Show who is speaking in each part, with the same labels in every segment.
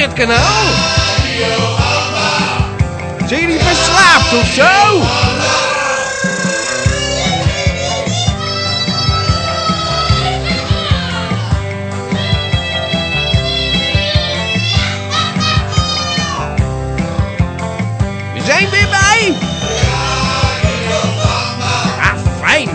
Speaker 1: verkeerd kanaal? Zijn jullie verslaafd of zo? We zijn weer bij. Ah, fijn.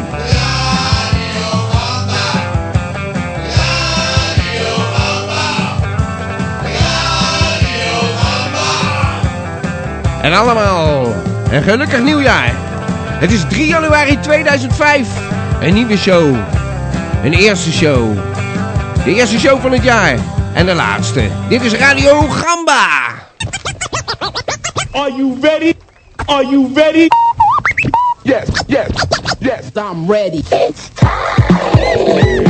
Speaker 1: En allemaal een gelukkig nieuwjaar. Het is 3 januari 2005. Een nieuwe show. Een eerste show. De eerste show van het jaar. En de laatste. Dit is Radio Gamba.
Speaker 2: Are you ready? Are you ready? Yes, yes, yes.
Speaker 3: I'm ready.
Speaker 4: It's time.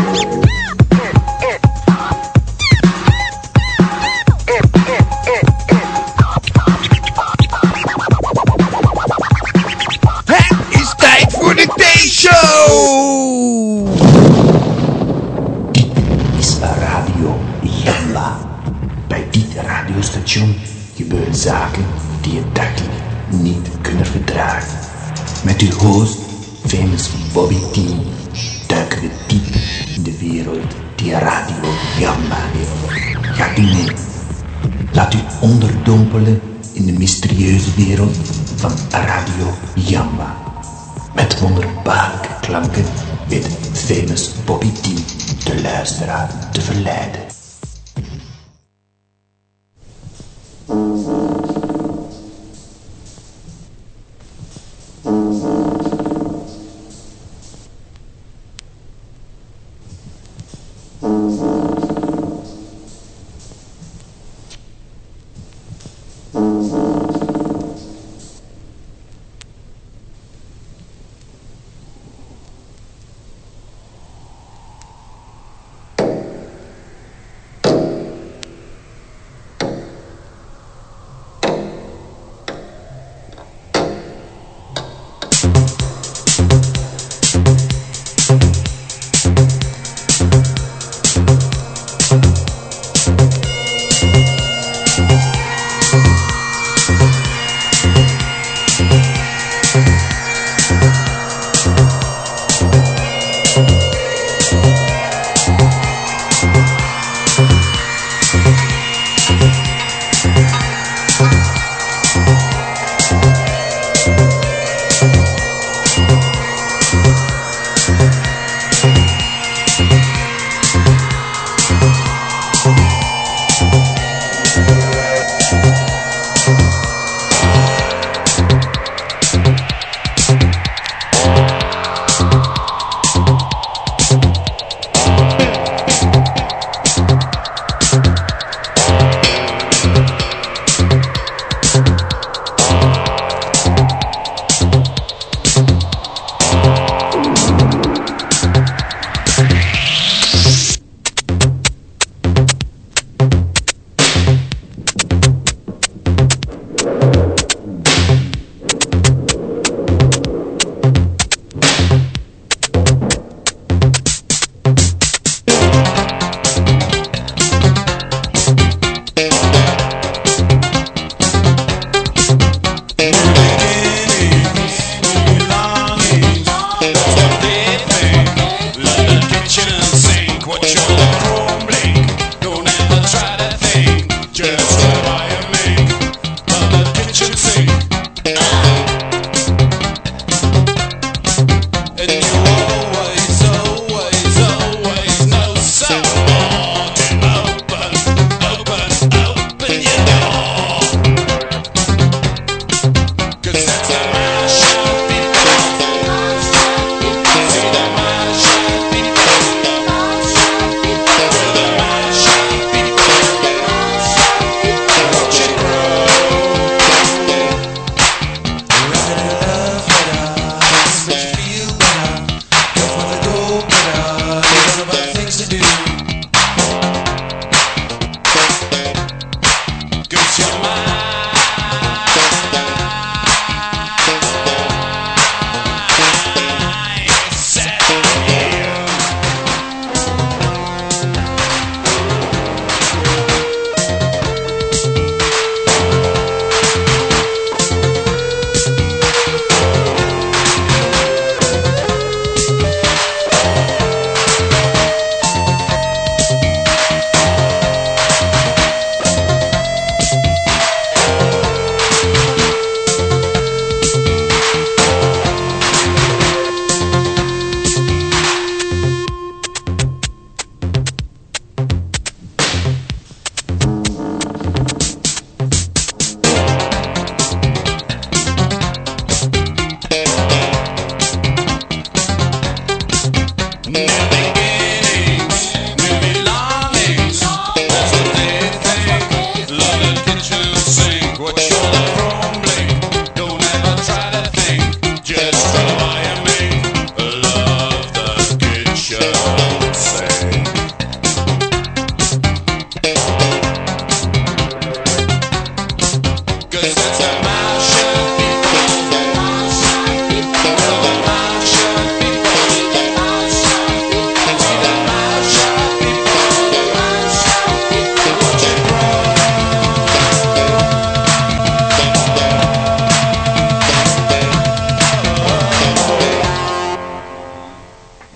Speaker 5: Radiostation gebeuren zaken die je dagelijks niet kunnen verdragen. Met uw host, famous Bobby T, duiken we diep in de wereld die Radio Gamba heeft. Gaat u mee? Laat u onderdompelen in de mysterieuze wereld van Radio Gamba. Met wonderbaarlijke klanken weet famous Bobby T de luisteraar te verleiden.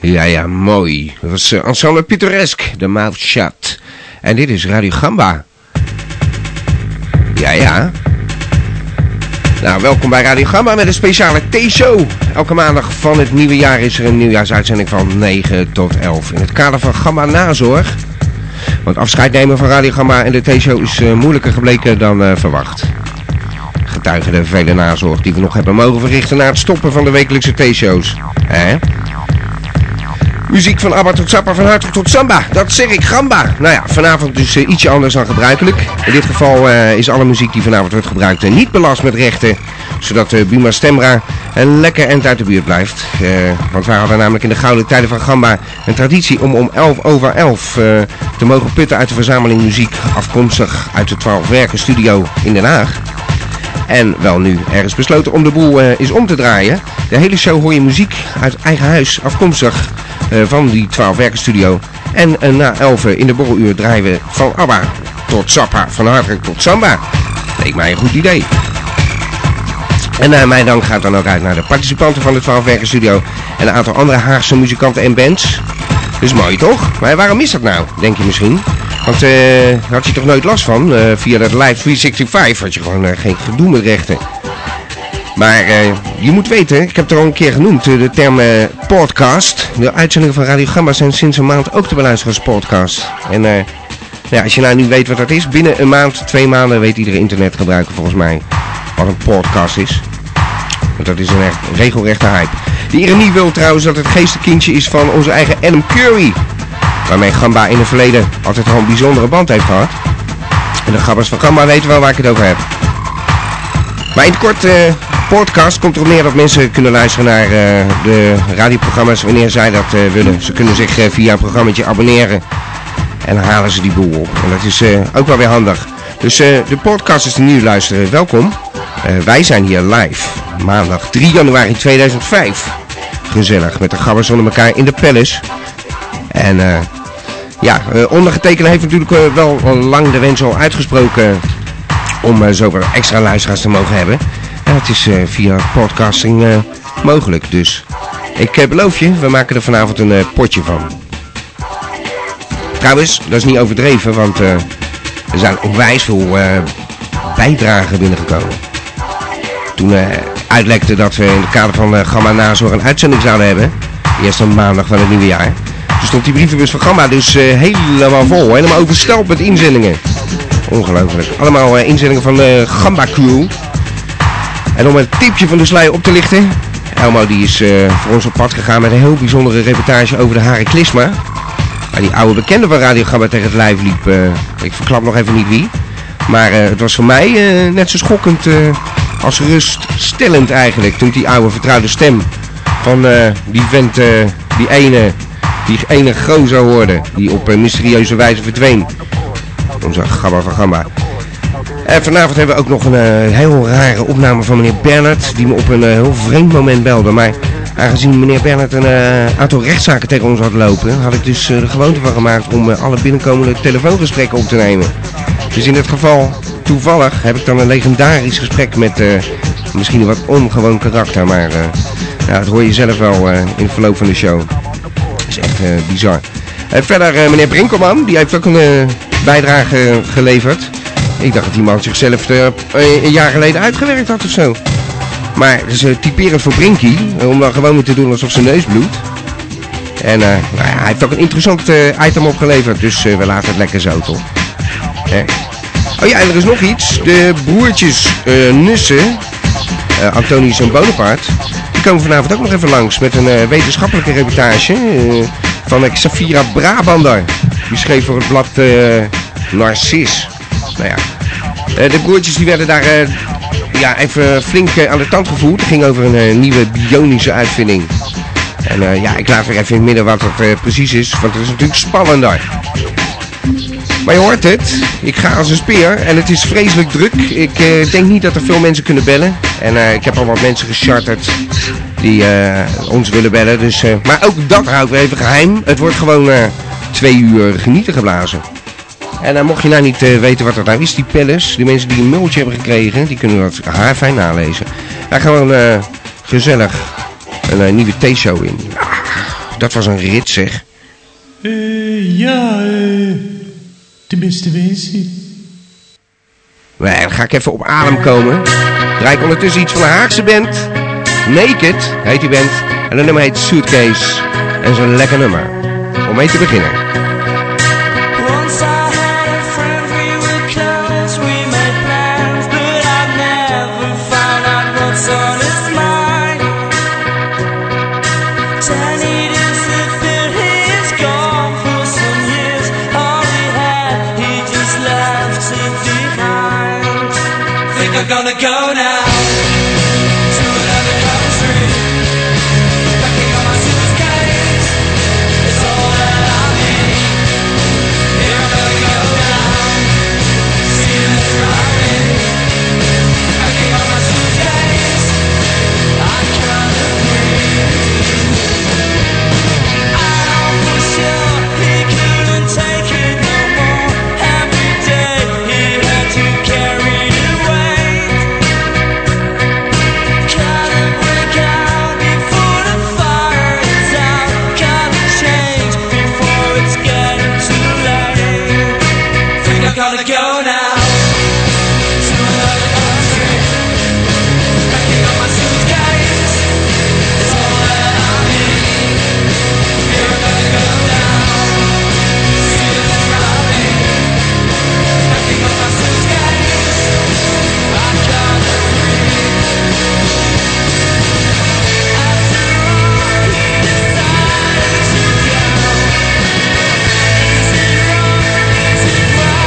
Speaker 1: Ja, mooi. Dat was Ensemble Pittoresque, The Mouth Shut. En dit is Radio Gamba. Ja. Nou, welkom bij Radio Gamba met een speciale T-show. Elke maandag van het nieuwe jaar is er een nieuwjaarsuitzending van 9 tot 11. In het kader van Gamba Nazorg. Want afscheid nemen van Radio Gamba en de T-show is moeilijker gebleken dan verwacht. Getuigen de vele nazorg die we nog hebben mogen verrichten na het stoppen van de wekelijkse T-shows. Muziek van ABBA tot Zappa, van Hardrock tot Samba. Dat zeg ik, Gamba. Nou ja, vanavond dus ietsje anders dan gebruikelijk. In dit geval is alle muziek die vanavond wordt gebruikt niet belast met rechten. Zodat Buma Stemra een lekker eind uit de buurt blijft. Want wij hadden namelijk in de gouden tijden van Gamba een traditie om 11:11 te mogen putten uit de verzameling muziek afkomstig uit de 12 Werken studio in Den Haag. En wel nu, er is besloten om de boel is om te draaien. De hele show hoor je muziek uit eigen huis afkomstig van die 12 Werken studio. En na 11 in de borreluur draaien we van ABBA tot Zappa, van Hardrock tot Samba. Leek mij een goed idee. En mijn dank gaat dan ook uit naar de participanten van de 12 Werken studio en een aantal andere Haagse muzikanten en bands. Dus mooi toch? Maar waarom is dat nou, denk je misschien? Want had je toch nooit last van? Via dat Live 365 had je gewoon geen gedoe met rechten. Maar je moet weten, ik heb het er al een keer genoemd, de term podcast. De uitzendingen van Radio Gamba zijn sinds een maand ook te beluisteren als podcast. En als je nou niet weet wat dat is, binnen een maand, 2 maanden weet iedere internetgebruiker volgens mij wat een podcast is. Want dat is een echt regelrechte hype. De ironie wil trouwens dat het geestenkindje is van onze eigen Adam Curry. Waarmee Gamba in het verleden altijd al een bijzondere band heeft gehad. En de gabbers van Gamba weten wel waar ik het over heb. Maar in het kort podcast komt erop neer dat mensen kunnen luisteren naar de radioprogramma's wanneer zij dat willen. Ze kunnen zich via een programmaatje abonneren. En dan halen ze die boel op. En dat is ook wel weer handig. Dus de podcast is de nieuw luisteren. Welkom. Wij zijn hier live. Maandag 3 januari 2005. Gezellig met de gabbers onder elkaar in de Palace. En ondergetekende heeft natuurlijk wel lang de wens al uitgesproken om zoveel extra luisteraars te mogen hebben. En het is via podcasting mogelijk. Dus ik beloof je, we maken er vanavond een potje van. Trouwens, dat is niet overdreven, want er zijn onwijs veel bijdragen binnengekomen. Toen uitlekte dat we in het kader van Gamba Nazorg een uitzending zouden hebben. Eerst een maandag van het nieuwe jaar. Toen stond die brievenbus van Gamba dus helemaal vol. Helemaal overstelpt met inzendingen. Ongelooflijk. Allemaal inzendingen van de Gamba Crew. En om het tipje van de sluier op te lichten. Elmo die is voor ons op pad gegaan met een heel bijzondere reportage over de Hare Klisma. Waar die oude bekende van Radio Gamba tegen het lijf liep. Ik verklap nog even niet wie. Maar het was voor mij net zo schokkend als ruststellend eigenlijk. Toen die oude vertrouwde stem van die vent, die ene gozer hoorde. Die op mysterieuze wijze verdween. Onze Gamba van Gamba. Vanavond hebben we ook nog een heel rare opname van meneer Bernhard. Die me op een heel vreemd moment belde. Maar aangezien meneer Bernhard een aantal rechtszaken tegen ons had lopen. Had ik dus de gewoonte van gemaakt om alle binnenkomende telefoongesprekken op te nemen. Dus in dit geval, toevallig, heb ik dan een legendarisch gesprek met misschien een wat ongewoon karakter. Maar dat hoor je zelf wel in het verloop van de show. Dat is echt bizar. Verder meneer Brinkelman, die heeft ook een bijdrage geleverd. Ik dacht dat die man zichzelf een jaar geleden uitgewerkt had of zo. Maar het is typerend voor Brinkie, om dan gewoon weer te doen alsof zijn neus bloedt. En hij heeft ook een interessant item opgeleverd, dus we laten het lekker zo, toch? Oh ja, en er is nog iets. De broertjes Nussen, Antonius en Bonaparte, die komen vanavond ook nog even langs met een wetenschappelijke reportage van Xafira Brabander. Die schreef voor het blad Narcis. Nou ja, de broertjes die werden daar even flink aan de tand gevoerd. Het ging over een nieuwe bionische uitvinding. En ik laat weer even in het midden wat het precies is, want het is natuurlijk spannender. Maar je hoort het, ik ga als een speer en het is vreselijk druk. Ik denk niet dat er veel mensen kunnen bellen. En ik heb al wat mensen gecharterd die ons willen bellen. Dus, maar ook dat houden we even geheim. Het wordt gewoon 2 uur genieten geblazen. En mocht je nou niet weten wat dat nou is, die Palace, die mensen die een mailtje hebben gekregen, die kunnen dat haarfijn nalezen. Daar gaan we gezellig een nieuwe T-show in. dat was een rit, zeg.
Speaker 3: Tenminste wensen.
Speaker 1: Nee, dan ga ik even op adem komen. Draai ik ondertussen iets van de Haagse band. Naked heet die band. En de nummer heet Suitcase. En is een lekker nummer. Om mee te beginnen.
Speaker 6: I'm gonna go now to another country. Packing up my suitcase, it's all that I need. Here I'm gonna go now, see this driving. Packing up my suitcase, I can't breathe. I know for sure he couldn't take it no more. Every day he had to carry. Gotta go now to another country. Packing up my suitcase, it's all that I need. Here I'm gonna go now, see the driving. Packing up my suitcase, I gotta breathe. After all, he decided to go. Is it wrong? Is it right?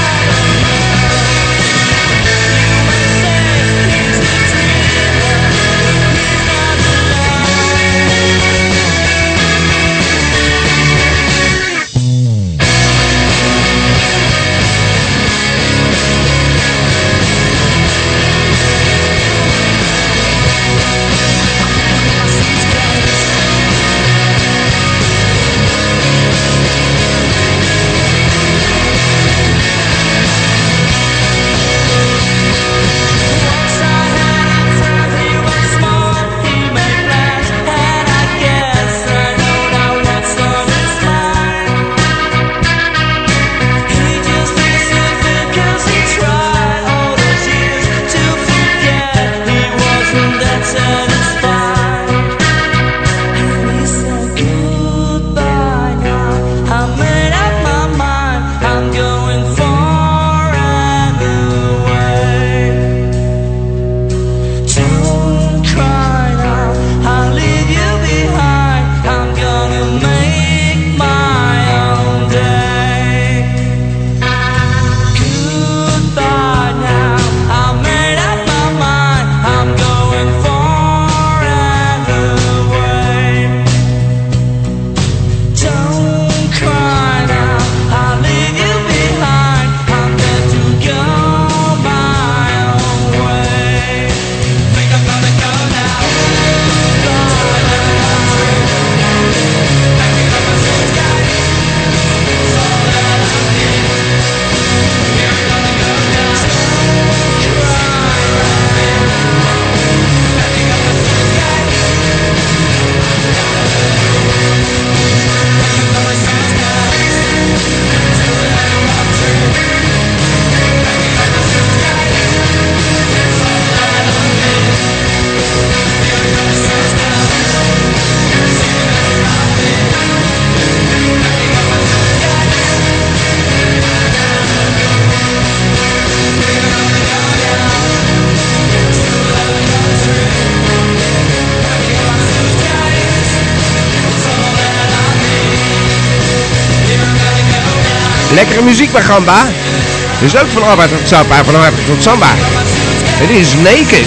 Speaker 1: Lekkere muziek bij Gamba. Dus ook van arbeid tot samba, van arbeid tot samba. Het is Naked.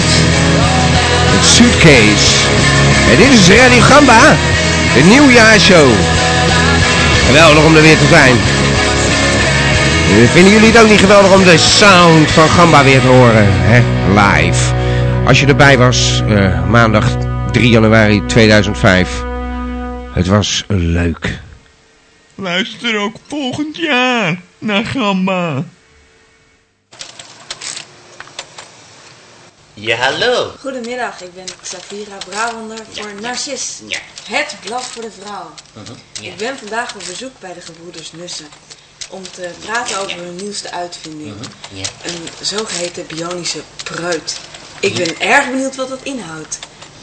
Speaker 1: Het Suitcase. En dit is Radio Gamba. De nieuwjaarshow. Geweldig om er weer te zijn. Vinden jullie het ook niet geweldig om de sound van Gamba weer te horen? Hè? Live. Als je erbij was, maandag 3 januari 2005. Het was leuk.
Speaker 3: Luister ook volgend jaar naar Gamba.
Speaker 7: Ja, hallo.
Speaker 8: Goedemiddag, ik ben Safira Brabander voor Narcis,
Speaker 7: Ja.
Speaker 8: het blad voor de vrouw.
Speaker 7: Ja.
Speaker 8: Ik ben vandaag op bezoek bij de gebroeders Nussen om te praten over hun nieuwste uitvinding,
Speaker 7: Ja.
Speaker 8: een zogeheten bionische preut. Ik ben erg benieuwd wat dat inhoudt.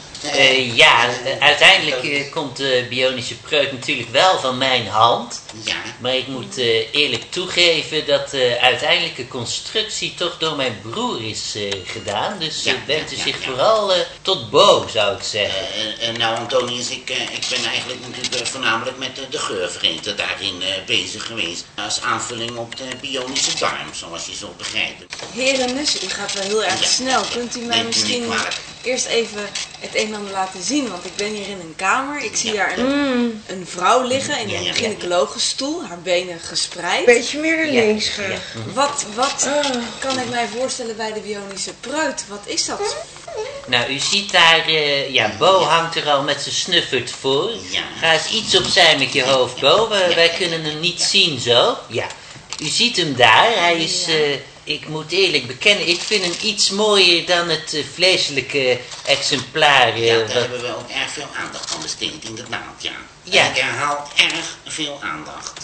Speaker 7: Uiteindelijk komt de bionische preut natuurlijk wel van mijn hand.
Speaker 9: Ja.
Speaker 7: Maar ik moet eerlijk toegeven dat de uiteindelijke constructie toch door mijn broer is gedaan. Dus wendt u zich vooral tot Bo, zou ik zeggen.
Speaker 9: Nou, Antonius, ik ben eigenlijk natuurlijk voornamelijk met de geurvreter daarin bezig geweest. Als aanvulling op de bionische darm, zoals je zult begrijpen.
Speaker 8: Heren Nussen, u gaat wel heel erg snel. Kunt u mij
Speaker 9: Neemt u
Speaker 8: misschien
Speaker 9: niet kwalijk.
Speaker 8: eerst even het een en ander laten zien? Want ik ben hier in een kamer. Ik zie daar een vrouw liggen in een gynaecologenstoel, haar benen gespreid.
Speaker 10: Beetje meer naar links gaan.
Speaker 8: Wat kan ik mij voorstellen bij de bionische preut? Wat is dat?
Speaker 7: Nou, u ziet daar, Bo hangt er al met zijn snuffert voor.
Speaker 9: Ja.
Speaker 7: Ga eens iets opzij met je hoofd, Bo. Wij kunnen hem niet zien zo. Ja. U ziet hem daar. Hij is, ik moet eerlijk bekennen, ik vind hem iets mooier dan het vleeselijke exemplaar.
Speaker 9: Daar hebben we ook erg veel aandacht aan besteed, inderdaad, ja.
Speaker 7: Ja.
Speaker 9: En ik herhaal erg veel aandacht.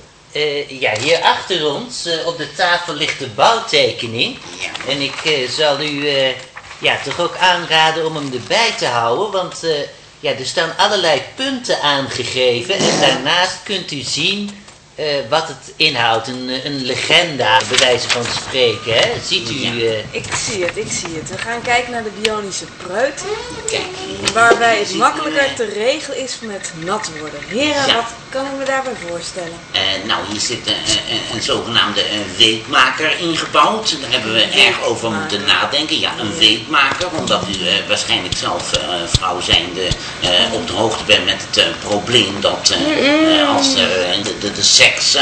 Speaker 7: Hier achter ons op de tafel ligt de bouwtekening.
Speaker 9: Ja.
Speaker 7: En ik zal u toch ook aanraden om hem erbij te houden. Want er staan allerlei punten aangegeven. En daarnaast kunt u zien wat het inhoudt. Een legenda, bij wijze van spreken. Hè? Ziet u...
Speaker 8: Ik zie het. We gaan kijken naar de bionische preut.
Speaker 9: Kijk,
Speaker 8: Waarbij
Speaker 9: je
Speaker 8: het
Speaker 9: ziet
Speaker 8: makkelijker
Speaker 9: een,
Speaker 8: te regelen is met nat worden. Heren,
Speaker 9: Ja.
Speaker 8: wat kan ik me daarbij voorstellen?
Speaker 9: Nou, hier zit een zogenaamde weekmaker ingebouwd. Daar hebben we erg over moeten nadenken. Ja, een weekmaker, omdat u waarschijnlijk zelf, vrouw zijnde, op de hoogte bent met het probleem dat als de seks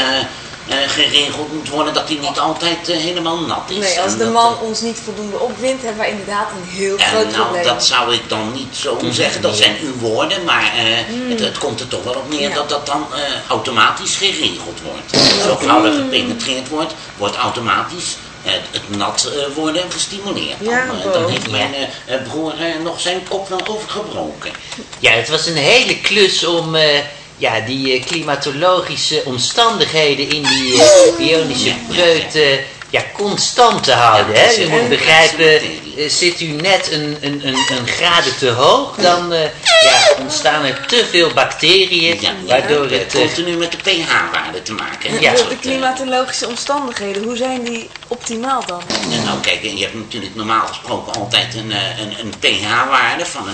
Speaker 9: geregeld moet worden, dat die niet altijd helemaal nat is.
Speaker 8: Nee, als
Speaker 9: En
Speaker 8: de
Speaker 9: dat,
Speaker 8: man ons niet voldoende opwindt, hebben wij inderdaad een heel groot
Speaker 9: nou,
Speaker 8: probleem.
Speaker 9: dat zou ik dan niet zo zeggen, dat zijn uw woorden, maar het komt er toch wel op neer dat dat dan automatisch geregeld wordt. Zo gauw er gepenetreerd wordt automatisch het nat worden gestimuleerd.
Speaker 10: Ja,
Speaker 9: Dan heeft mijn broer nog zijn kop wel overgebroken.
Speaker 7: Ja, het was een hele klus om die klimatologische omstandigheden in die bionische preut constant te houden. Hè? U moet begrijpen, zit u net een graden te hoog, dan ontstaan er te veel bacteriën, waardoor het...
Speaker 9: continu met de pH-waarde te maken.
Speaker 7: Ja.
Speaker 8: De klimatologische omstandigheden, hoe zijn die optimaal dan?
Speaker 9: Nou kijk, je hebt natuurlijk normaal gesproken altijd een pH-waarde van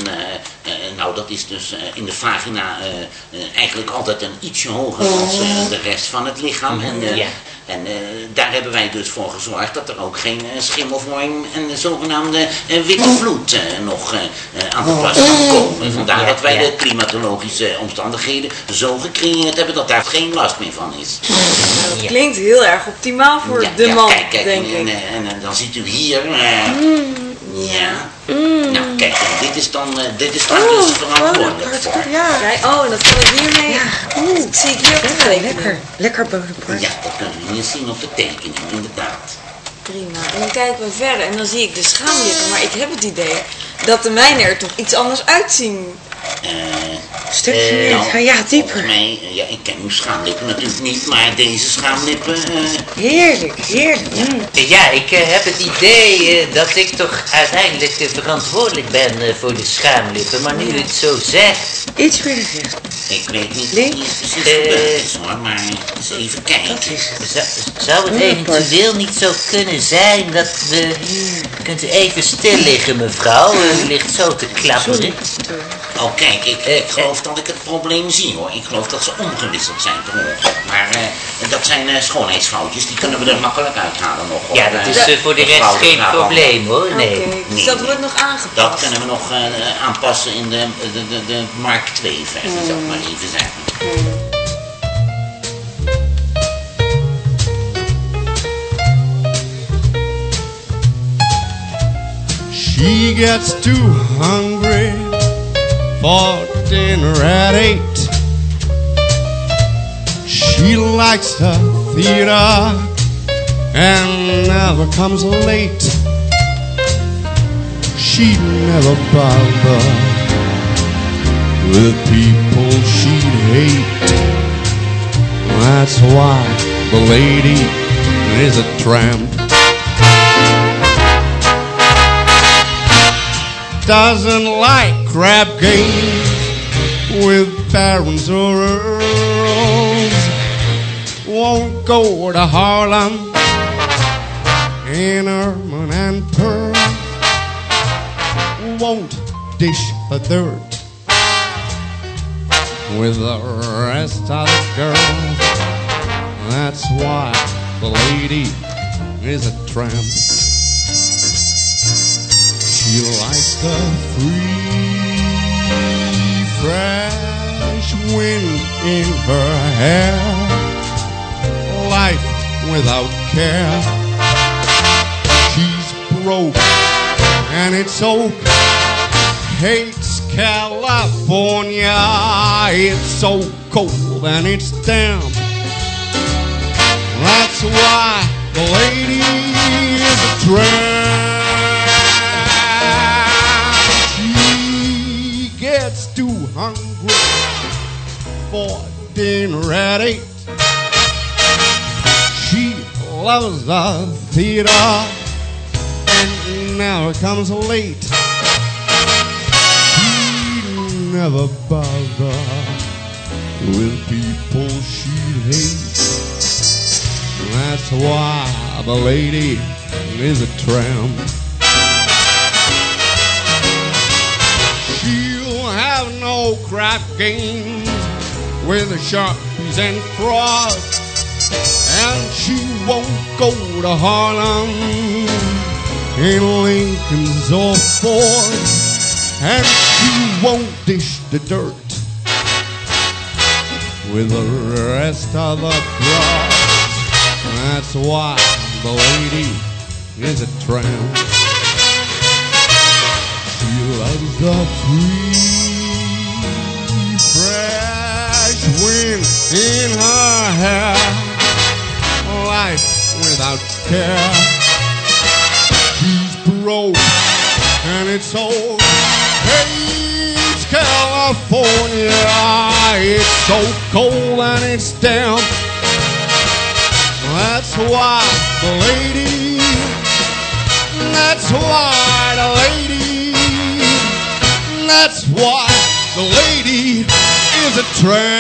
Speaker 9: nou dat is dus in de vagina eigenlijk altijd een ietsje hoger dan de rest van het lichaam. En daar hebben wij dus voor gezorgd dat er ook geen schimmelvorming en de zogenaamde witte vloed nog aan de pas kan komen. Vandaar dat wij de klimatologische omstandigheden zo gecreëerd hebben dat daar geen last meer van is.
Speaker 8: Dat klinkt heel erg optimaal voor de man,
Speaker 9: kijk,
Speaker 8: denk ik.
Speaker 9: En dan ziet u hier... Nou, kijk, dit is dus verantwoordelijk voor.
Speaker 10: Ja.
Speaker 8: Kijk, en dat kan ik hiermee... Dat zie ik hier op de tekening.
Speaker 10: Lekker bodempart.
Speaker 9: Ja, dat kunnen we hier zien op de tekening, inderdaad.
Speaker 8: Prima. En dan kijken we verder en dan zie ik de schaamlippen, maar ik heb het idee dat de mijne er toch iets anders uitzien.
Speaker 10: Stukje meer. Ja, dieper.
Speaker 9: Volgens mij, ik ken uw schaamlippen natuurlijk niet, maar deze schaamlippen...
Speaker 10: Heerlijk.
Speaker 7: Ja, ik heb het idee dat ik toch uiteindelijk verantwoordelijk ben voor de schaamlippen. Maar nu u het zo zegt...
Speaker 10: Iets meer recht.
Speaker 9: Ik weet niet
Speaker 10: Links.
Speaker 9: wat hier precies gebeurd is hoor, maar eens even kijken.
Speaker 7: Zou het eventueel niet zo kunnen zijn dat we... Kunt u even stil liggen, mevrouw? U ligt zo te klapperen.
Speaker 9: Oh kijk, ik geloof dat ik het probleem zie hoor. Ik geloof dat ze omgewisseld zijn per ongeluk. Maar dat zijn schoonheidsfoutjes, die kunnen we er makkelijk uithalen nog.
Speaker 7: Ja, dat is voor de rest geen probleem hoor, nee.
Speaker 8: Oké, dus dat wordt nog aangepast.
Speaker 9: Dat kunnen we nog aanpassen in de Mark II versie, zou ik maar even zeggen.
Speaker 3: She gets too hungry for dinner at 8. She likes the theater and never comes late. she'd never bother with people she'd hate. That's why the lady is a tramp. Doesn't like crap games with barons or earls. Won't go to Harlem in ermine and pearl. Won't dish the dirt with the rest of the girls. That's why the lady is a tramp. She likes the free, fresh wind in her hair. Life without care. She's broke and it's oak. Hates California. It's so cold and it's damp. That's why the lady is a tramp. She gets too hungry for dinner at 8. She loves the theater and never comes late. She never bother with people she hates. That's why the lady is a tramp. She'll have no crap games with Sharpies and frogs. And she won't go to Harlem in Lincolns or Fords. And she won't dish the dirt with the rest of the broads. That's why the lady is a tramp. She loves the free, fresh wind in her hair. Life without care. She's broke and it's old. Hates California. It's so cold and it's damp. That's why the lady. That's why the lady. That's why the lady is a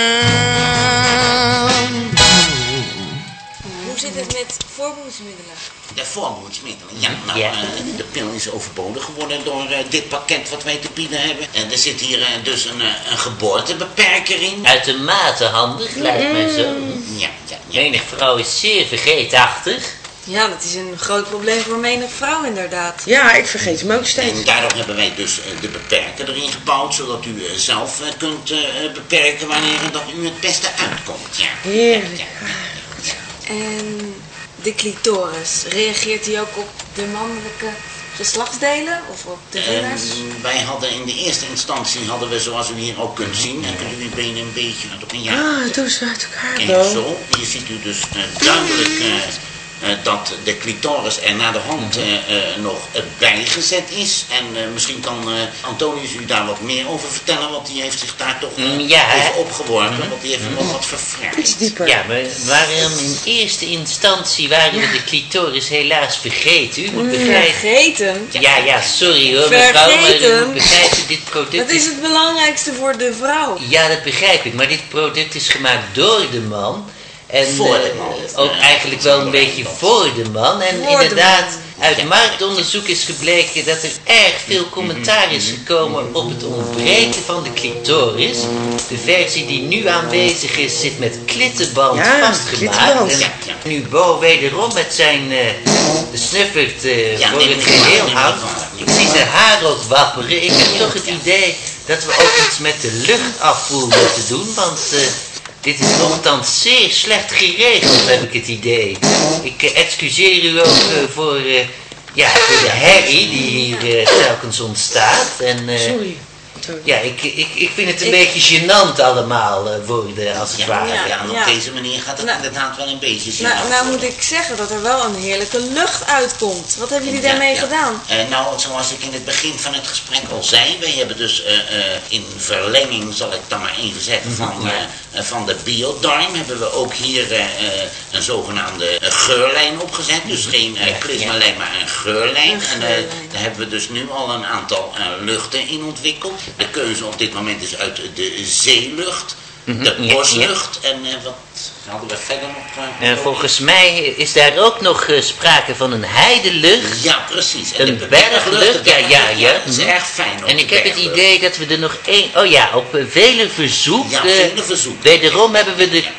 Speaker 3: tramp.
Speaker 8: Hoe zit het met voorboedsmiddelen?
Speaker 9: De voorboedsmiddelen, ja. Nou, de pil is overbodig geworden door dit pakket wat wij te bieden hebben. En er zit hier dus een geboortebeperker in.
Speaker 7: Uitermate handig, lijkt mij zo.
Speaker 9: Ja.
Speaker 7: Menig vrouw is zeer vergeetachtig.
Speaker 8: Ja, dat is een groot probleem voor menig vrouw inderdaad.
Speaker 10: Ja, ik vergeet hem ook steeds.
Speaker 9: En daarom hebben wij dus de beperker erin gebouwd, zodat u zelf kunt beperken wanneer dat u het beste uitkomt. Ja.
Speaker 10: Heerlijk.
Speaker 8: En de clitoris, reageert die ook op de mannelijke geslachtsdelen of op de vingers?
Speaker 9: Wij hadden in de eerste instantie, zoals u hier ook kunt zien, en kunt u uw benen een beetje uit elkaar.
Speaker 10: Ah, doe ze uit elkaar.
Speaker 9: Kijk zo, hier ziet u dus duidelijk dat de clitoris er naar de hand nog bijgezet is. En misschien kan Antonius u daar wat meer over vertellen, want die heeft zich daar toch even opgeworpen, want die heeft nog wat verfraaid.
Speaker 7: Ja, maar waarom in eerste instantie waren we de clitoris helaas vergeten? U moet begrijpen.
Speaker 8: Vergeten?
Speaker 7: Ja, sorry hoor mevrouw, maar u moet begrijpen, dit product
Speaker 8: dat is het belangrijkste voor de vrouw.
Speaker 7: Ja, dat begrijp ik, maar dit product is gemaakt door de man. En
Speaker 9: voor de man.
Speaker 7: Ook eigenlijk wel een beetje voor de man. En
Speaker 8: voor
Speaker 7: inderdaad, uit marktonderzoek is gebleken dat er erg veel commentaar is gekomen op het ontbreken van de clitoris. De versie die nu aanwezig is, zit met klittenband vastgemaakt. En nu Bo wederom met zijn snuffert voor het geheel houdt. Ik zie zijn haar ook wapperen. Ik heb toch het idee dat we ook iets met de luchtafvoer moeten doen, want dit is nogthans zeer slecht geregeld, heb ik het idee. Ik excuseer u ook voor de herrie die hier telkens ontstaat. En,
Speaker 10: Sorry.
Speaker 7: Ja, ik vind het een beetje gênant allemaal worden, als het ware.
Speaker 9: Ja, en op deze manier gaat het inderdaad wel een beetje zien.
Speaker 8: Nou moet ik zeggen dat er wel een heerlijke lucht uitkomt. Wat hebben jullie daarmee gedaan?
Speaker 9: Nou, zoals ik in het begin van het gesprek al zei, wij hebben dus in verlenging, zal ik dan maar even zeggen, van de biodarm, hebben we ook hier een zogenaamde geurlijn opgezet. Dus geen klismalijn, maar een geurlijn. En daar hebben we dus nu al een aantal luchten in ontwikkeld. De keuze op dit moment is uit de zeelucht, de boslucht en wat hadden we verder nog?
Speaker 7: Volgens mij is daar ook nog sprake van een heidelucht.
Speaker 9: Ja, precies. En
Speaker 7: een berglucht, ja.
Speaker 9: Dat is erg fijn.
Speaker 7: En ik heb het idee dat we er nog één... Oh ja, op vele verzoek.
Speaker 9: Ja, vele verzoek.
Speaker 7: Wederom hebben we de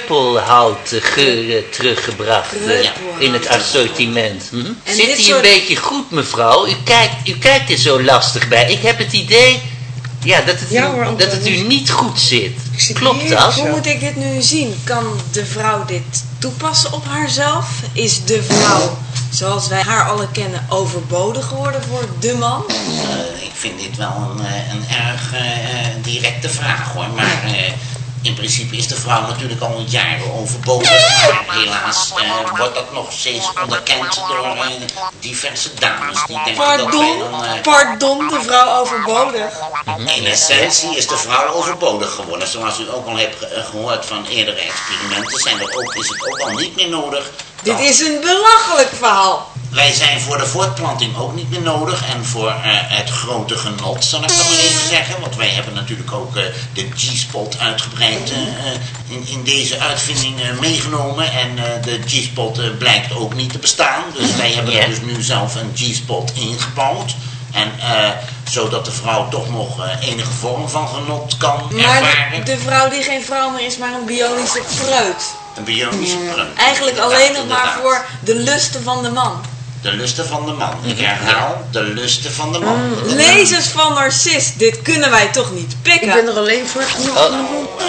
Speaker 7: kreupelhoutgeur teruggebracht in het assortiment. Zit die een beetje goed, mevrouw? U kijkt er zo lastig bij. Ik heb het idee... Ja, dat het u niet goed zit. Klopt dat?
Speaker 8: Hoe moet ik dit nu zien? Kan de vrouw dit toepassen op haarzelf? Is de vrouw, zoals wij haar alle kennen, overbodig geworden voor de man?
Speaker 9: Ik vind dit wel een erg directe vraag hoor. Maar in principe is de vrouw natuurlijk al jaren overbodig. Maar helaas wordt dat nog steeds onderkend door diverse dames. Die denken
Speaker 8: Pardon, de vrouw overbodig?
Speaker 9: In essentie is de vrouw overbodig geworden. Zoals u ook al hebt gehoord van eerdere experimenten, is het ook al niet meer nodig.
Speaker 8: Dit is een belachelijk verhaal.
Speaker 9: Wij zijn voor de voortplanting ook niet meer nodig en voor het grote genot, zal ik dat maar even zeggen. Want wij hebben natuurlijk ook de G-spot uitgebreid in deze uitvinding meegenomen. En de G-spot blijkt ook niet te bestaan. Dus wij hebben er dus nu zelf een G-spot ingebouwd. En zodat de vrouw toch nog enige vorm van genot kan ervaren.
Speaker 8: Maar de vrouw die geen vrouw meer is, maar een bionische preut.
Speaker 9: Een bionische preut.
Speaker 8: Eigenlijk alleen nog maar voor de lusten van de man.
Speaker 9: De lusten van de man. Ik herhaal, de lusten van de man.
Speaker 8: Lezers van Narcist, dit kunnen wij toch niet pikken?
Speaker 10: Ik ben er alleen voor genoeg.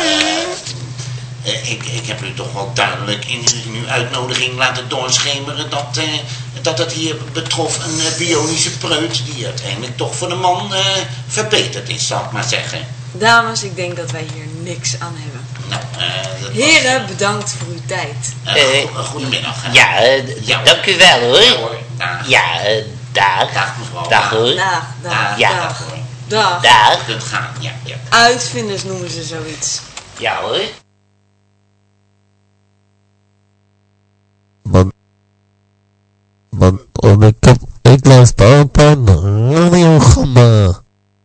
Speaker 9: Ik heb u toch wel duidelijk in uw uitnodiging laten doorschemeren dat het hier betrof een bionische preut die uiteindelijk toch voor de man verbeterd is, zal ik maar zeggen.
Speaker 8: Dames, ik denk dat wij hier niks aan hebben.
Speaker 9: Nou,
Speaker 8: heren, bedankt voor uw tijd.
Speaker 9: Goedemiddag.
Speaker 7: Dank u wel hoor.
Speaker 9: Ja hoor.
Speaker 7: Dag.
Speaker 9: Dag mevrouw.
Speaker 7: Dag hoor.
Speaker 8: Dag.
Speaker 9: U kunt gaan, ja.
Speaker 8: Uitvinders noemen ze zoiets.
Speaker 7: Ja hoor.
Speaker 11: Ik luister altijd naar Radiogamma.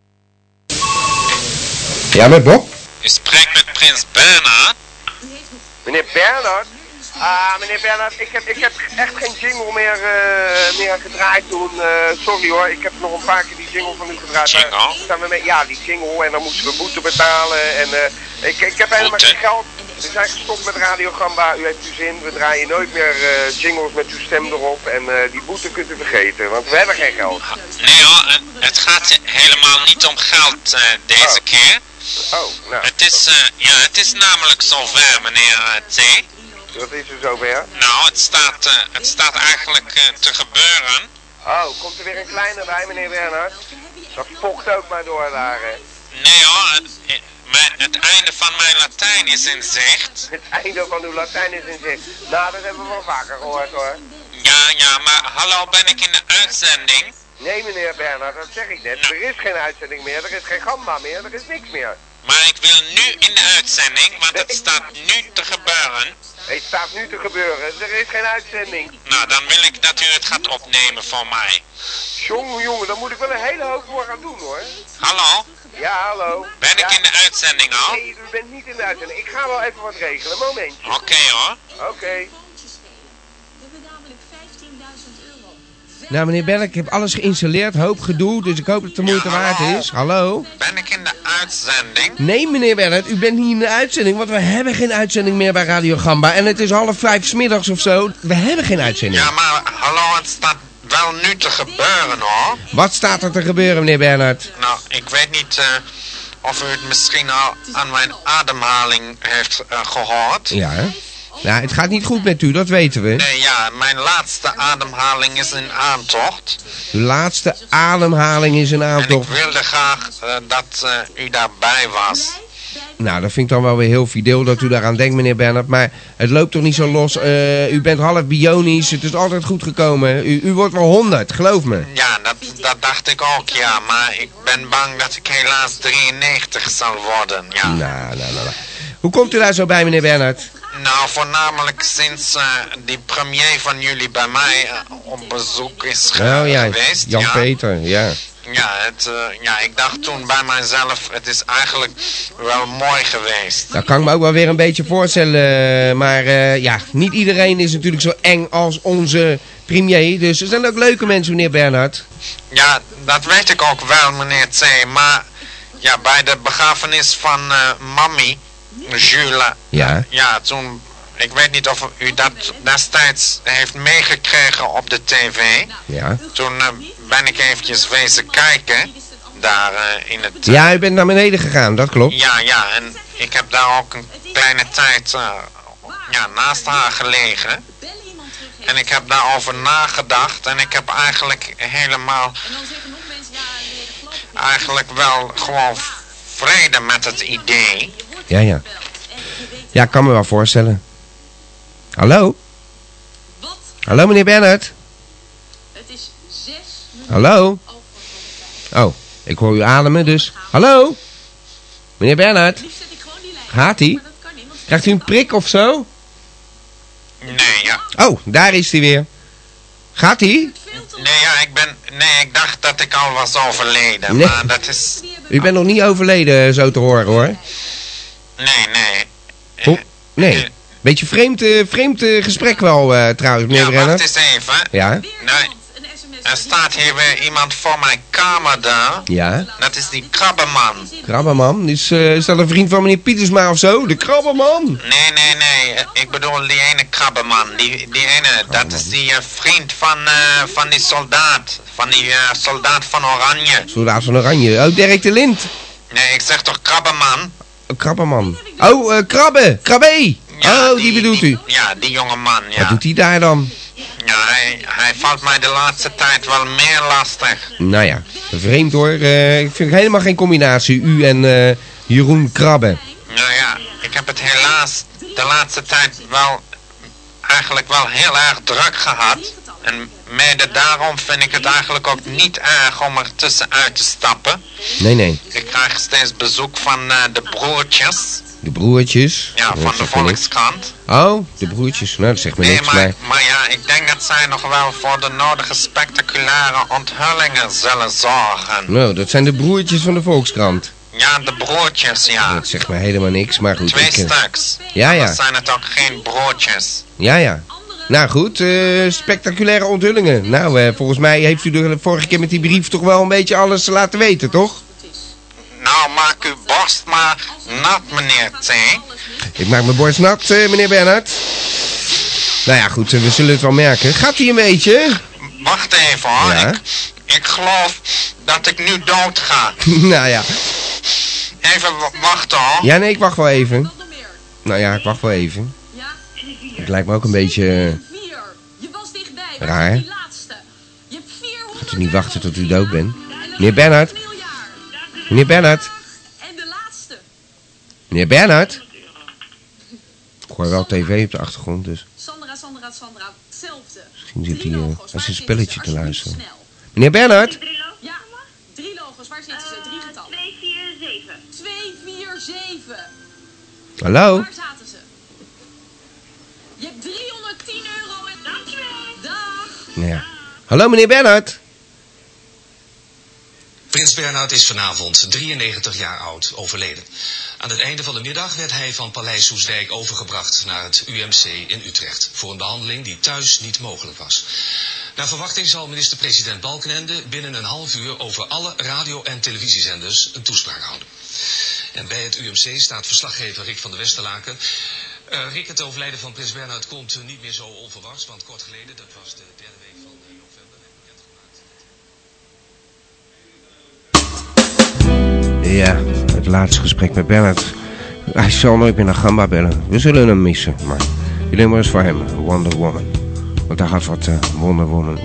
Speaker 1: Ja, met Bob?
Speaker 12: U spreekt met prins Bernhard.
Speaker 13: Meneer Bernhard? Meneer Bernhard, ik heb echt geen jingle meer gedraaid toen. Sorry hoor, ik heb nog een paar keer die jingle van u gedraaid.
Speaker 12: Jingle?
Speaker 13: Ja, die jingle en dan moesten we boete betalen. En ik heb helemaal geen geld. We zijn gestopt met Radio Gamba, u heeft uw zin. We draaien nooit meer jingles met uw stem erop. En die boete kunt u vergeten, want we hebben geen geld.
Speaker 12: Nee hoor, het gaat helemaal niet om geld deze keer.
Speaker 13: Oh, nou.
Speaker 12: Het is namelijk zover, meneer T.
Speaker 13: Wat is er zover?
Speaker 12: Nou, het staat eigenlijk te gebeuren.
Speaker 13: Oh, komt er weer een kleine bij, meneer Bernhard? Dat pocht ook maar door daar, hè?
Speaker 12: Nee hoor, het einde van mijn Latijn is in zicht.
Speaker 13: Het einde van uw Latijn is in zicht. Nou, dat hebben we wel vaker gehoord, hoor.
Speaker 12: Ja, maar hallo, ben ik in de uitzending?
Speaker 13: Nee, meneer Bernhard, dat zeg ik net. Er is geen uitzending meer, er is geen Gamba meer, er is niks meer.
Speaker 12: Maar ik wil nu in de uitzending, want het staat nu te gebeuren.
Speaker 13: Het staat nu te gebeuren, er is geen uitzending.
Speaker 12: Nou, dan wil ik dat u het gaat opnemen voor mij.
Speaker 13: Jongen, dan moet ik wel een hele hoop voor gaan doen, hoor.
Speaker 12: Hallo?
Speaker 13: Ja, hallo.
Speaker 12: Ben ik in de uitzending al?
Speaker 13: Nee, u bent niet in de uitzending. Ik ga wel even wat regelen, momentje.
Speaker 12: Oké, hoor.
Speaker 13: Oké.
Speaker 1: Nou, meneer Berk, ik heb alles geïnstalleerd, hoop gedoe, dus ik hoop dat het de moeite waard is. Hallo?
Speaker 12: Ben ik in de uitzending?
Speaker 1: Nee, meneer Berk, u bent niet in de uitzending, want we hebben geen uitzending meer bij Radio Gamba. En het is 4:30 's middags of zo, we hebben geen uitzending.
Speaker 12: Ja, maar hallo, het staat wel nu te gebeuren, hoor.
Speaker 1: Wat staat er te gebeuren, meneer Bernhard?
Speaker 12: Nou, ik weet niet of u het misschien al aan mijn ademhaling heeft gehoord.
Speaker 1: Ja, hè? Nou, het gaat niet goed met u, dat weten we.
Speaker 12: Nee, ja, mijn laatste ademhaling is in aantocht.
Speaker 1: Uw laatste ademhaling is een
Speaker 12: En
Speaker 1: aantocht.
Speaker 12: ik wilde graag dat u daarbij was.
Speaker 1: Nou, dat vind ik dan wel weer heel fideel dat u daaraan denkt, meneer Bernhard. Maar het loopt toch niet zo los. U bent half bionisch. Het is altijd goed gekomen. U wordt wel 100, geloof me.
Speaker 12: Ja, dat dacht ik ook, ja. Maar ik ben bang dat ik helaas 93 zal worden, ja.
Speaker 1: Nou. Hoe komt u daar zo bij, meneer Bernhard?
Speaker 12: Nou, voornamelijk sinds die premier van jullie bij mij op bezoek is geweest.
Speaker 1: Jan-Peter, ja.
Speaker 12: Ja, ik dacht toen bij mijzelf, het is eigenlijk wel mooi geweest.
Speaker 1: Dat kan ik me ook wel weer een beetje voorstellen. Maar ja, niet iedereen is natuurlijk zo eng als onze premier. Dus er zijn ook leuke mensen, meneer Bernhard.
Speaker 12: Ja, dat weet ik ook wel, meneer T. Maar ja, bij de begrafenis van Mammy, Jules. Ja, toen, ik weet niet of u dat destijds heeft meegekregen op de tv.
Speaker 1: Ja.
Speaker 12: Toen ben ik eventjes wezen kijken, daar in het...
Speaker 1: Ja, u bent naar beneden gegaan, dat klopt.
Speaker 12: Ja, en ik heb daar ook een kleine tijd naast haar gelegen. En ik heb daarover nagedacht en ik heb eigenlijk helemaal... Eigenlijk wel gewoon vrede met het idee.
Speaker 1: Ja. Ja, ik kan me wel voorstellen. Hallo? Hallo, meneer Bernhard?
Speaker 14: Het is 6 minuten.
Speaker 1: Hallo? Oh, ik hoor u ademen, dus... Hallo? Meneer Bernhard? Gaat hij? Krijgt u een prik of zo?
Speaker 12: Nee, ja.
Speaker 1: Oh, daar is hij weer. Gaat hij?
Speaker 12: Nee, ik dacht dat ik al was overleden,
Speaker 1: Nee.
Speaker 12: maar dat is...
Speaker 1: U bent nog niet overleden, zo te horen, hoor.
Speaker 12: Nee.
Speaker 1: Nee. Beetje vreemd gesprek wel, trouwens, meneer Bernhard.
Speaker 12: Wacht eens even.
Speaker 1: Ja?
Speaker 12: Nee, er staat hier weer iemand voor mijn kamer daar.
Speaker 1: Ja?
Speaker 12: Dat is die krabbenman.
Speaker 1: Krabbenman? Is dat een vriend van meneer Pietersma of zo? De krabbenman?
Speaker 12: Nee. Ik bedoel die ene krabbenman. Die ene, dat is die vriend van die soldaat. Van die soldaat van Oranje.
Speaker 1: Soldaat van Oranje. Oh, Dirk de Lint.
Speaker 12: Nee, ik zeg toch krabbenman?
Speaker 1: Krabbenman. Oh, Krabbe. Krabbe.
Speaker 12: Ja,
Speaker 1: die bedoelt u.
Speaker 12: Ja, die jonge man, ja.
Speaker 1: Wat doet hij daar dan?
Speaker 12: Ja, hij valt mij de laatste tijd wel meer lastig.
Speaker 1: Nou ja, vreemd hoor. Ik vind helemaal geen combinatie. U en Jeroen Krabbe.
Speaker 12: Nou ja, ik heb het helaas de laatste tijd eigenlijk wel heel erg druk gehad. En mede daarom vind ik het eigenlijk ook niet erg om er tussenuit te stappen.
Speaker 1: Nee.
Speaker 12: Ik krijg steeds bezoek van de broertjes.
Speaker 1: De broertjes?
Speaker 12: Ja, van de Volkskrant.
Speaker 1: Oh, de broertjes. Nou, dat zegt me niks.
Speaker 12: Maar ja, ik denk dat zij nog wel voor de nodige spectaculaire onthullingen zullen zorgen.
Speaker 1: Nou, dat zijn de broertjes van de Volkskrant.
Speaker 12: Ja, de broertjes, ja.
Speaker 1: Dat zegt me helemaal niks, maar goed.
Speaker 12: 2 stuks.
Speaker 1: Ja.
Speaker 12: Dan zijn het ook geen broertjes.
Speaker 1: Ja. Nou goed, spectaculaire onthullingen. Nou, volgens mij heeft u de vorige keer met die brief toch wel een beetje alles laten weten, toch?
Speaker 12: Nou, maak uw borst maar nat, meneer T.
Speaker 1: Ik maak mijn borst nat, meneer Bernhard. Nou ja, goed, we zullen het wel merken. Gaat hij een beetje?
Speaker 12: Wacht even, hoor.
Speaker 1: Ja?
Speaker 12: Ik geloof dat ik nu dood ga.
Speaker 1: Nou ja.
Speaker 12: Even wachten, hoor.
Speaker 1: Ja, nee, ik wacht wel even. Nou ja, ik wacht wel even. Het lijkt me ook een beetje raar. Gaat u niet wachten tot u dood bent? Meneer Bernhard? Meneer Bernhard? Meneer Bernhard? Ik hoor wel tv op de achtergrond, dus...
Speaker 14: Sandra, hetzelfde.
Speaker 1: Misschien zit hij als een spelletje te luisteren. Meneer Bernhard?
Speaker 14: Ja, 3 logo's. Waar zitten ze? 3 getallen. 247. 247.
Speaker 1: Hallo?
Speaker 14: Waar zaten ze? Je hebt 310 euro en... Dankjewel. Dag.
Speaker 1: Nou ja. Hallo meneer Bernhard?
Speaker 15: Prins Bernhard is vanavond 93 jaar oud, overleden. Aan het einde van de middag werd hij van Paleis Soestdijk overgebracht naar het UMC in Utrecht, voor een behandeling die thuis niet mogelijk was. Naar verwachting zal minister-president Balkenende binnen een half uur over alle radio- en televisiezenders een toespraak houden. En bij het UMC staat verslaggever Rick van der Westerlaken. Rick, het overlijden van Prins Bernhard komt niet meer zo onverwachts, want kort geleden, dat was de derde week van november, werd bekendgemaakt.
Speaker 1: Ja, het laatste gesprek met Bernhard. Hij zal nooit meer naar Gamba bellen. We zullen hem missen, maar Die nummer is voor hem, Wonder Woman. Want daar gaat wat Wonder Woman.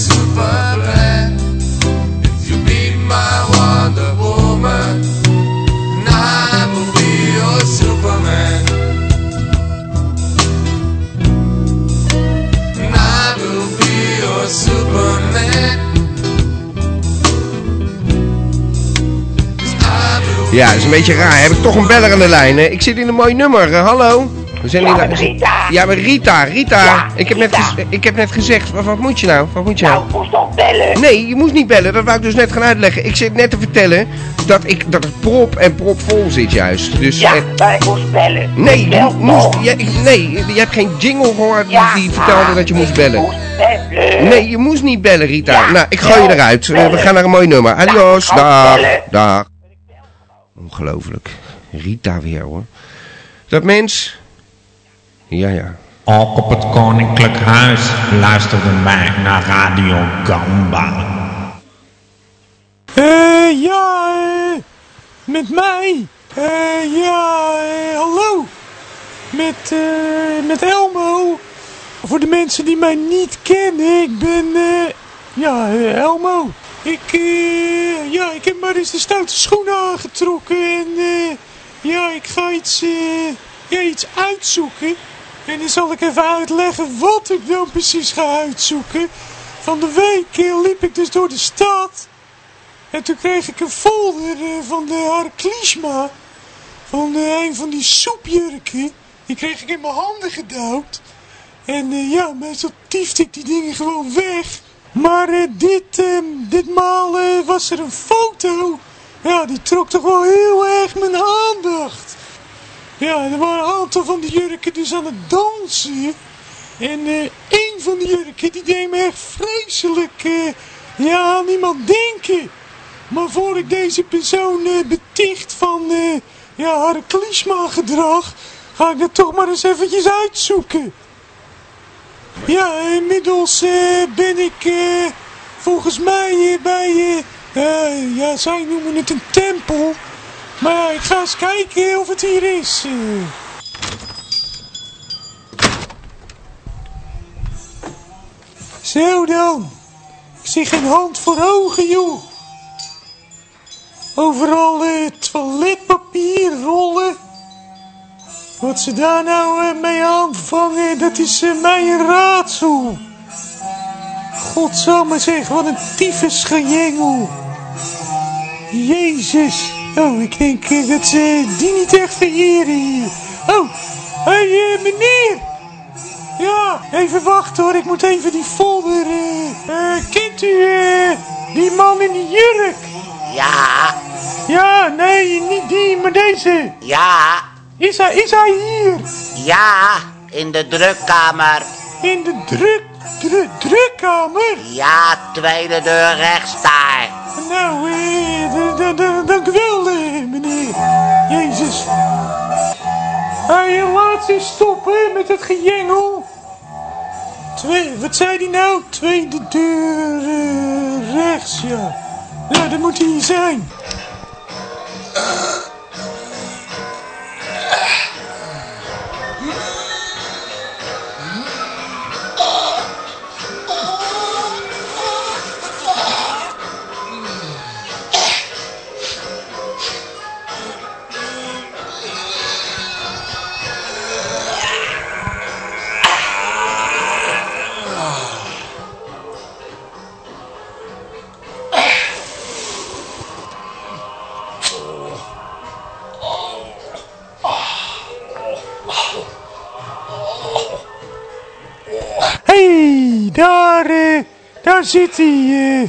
Speaker 6: Super plan. If you be my Wonder Woman,
Speaker 1: Ja, dat is een beetje raar. Heb ik toch een beller aan de lijn? Hè? Ik zit in een mooi nummer. Hallo? We zijn
Speaker 16: Ja, met Rita.
Speaker 1: Ja, met Rita.
Speaker 16: Ja,
Speaker 1: Ik heb net gezegd, wat moet je nou? Wat moet je nou?
Speaker 16: Ik moest toch bellen?
Speaker 1: Nee, je moest niet bellen. Dat wou ik dus net gaan uitleggen. Ik zit net te vertellen dat het prop en prop vol zit juist. Dus,
Speaker 16: Ja, maar ik moest bellen.
Speaker 1: Nee, je hebt geen jingle gehoord die vertelde dat je moest bellen. Nee, je moest niet bellen, Rita.
Speaker 16: Ja,
Speaker 1: nou, ik gooi je eruit. We gaan naar een mooi nummer. Adios, dag. Dag. Ongelooflijk. Rita weer, hoor. Dat mens... Ja.
Speaker 17: Ook op het Koninklijk Huis luisterde mij naar Radio Gamba.
Speaker 18: Met mij? Hallo. Met Elmo. Voor de mensen die mij niet kennen, ik ben, Elmo. Ik heb maar eens de stoute schoenen aangetrokken en, ik ga iets uitzoeken. En dan zal ik even uitleggen wat ik dan precies ga uitzoeken. Van de week liep ik dus door de stad. En toen kreeg ik een folder van de Hare Krishna. Van een van die soepjurken. Die kreeg ik in mijn handen gedouwd. En meestal tiefde ik die dingen gewoon weg. Maar ditmaal was er een foto. Ja, die trok toch wel heel erg mijn aandacht. Ja, er waren een aantal van die jurken dus aan het dansen. En één van die jurken die deed me echt vreselijk aan iemand denken. Maar voor ik deze persoon beticht van Hare Krishna gedrag, ga ik dat toch maar eens eventjes uitzoeken. Ja, inmiddels ben ik volgens mij bij, zij noemen het een tempel. Maar ik ga eens kijken of het hier is. Zo dan. Ik zie geen hand voor ogen, joh. Overal toiletpapier rollen. Wat ze daar nou mee aanvangen, dat is mij een raadsel. Godsamme zeg, wat een tyfusgejengel. Jezus. Oh, ik denk dat ze die niet echt vereren hier. Oh, hey meneer. Ja, even wachten hoor, ik moet even die folder. Kent u die man in die jurk?
Speaker 9: Ja.
Speaker 18: Ja, nee, niet die, maar deze.
Speaker 9: Ja.
Speaker 18: Is hij hier?
Speaker 9: Ja, in de drukkamer.
Speaker 18: In de drukkamer?
Speaker 9: Ja, tweede deur rechts daar.
Speaker 18: Nou, dank u wel, meneer. Jezus. Laat ze stoppen met het gejengel. Wat zei die nou? Tweede deur rechts, ja. Nou, dat moet hij hier zijn. Hey, daar zit hij.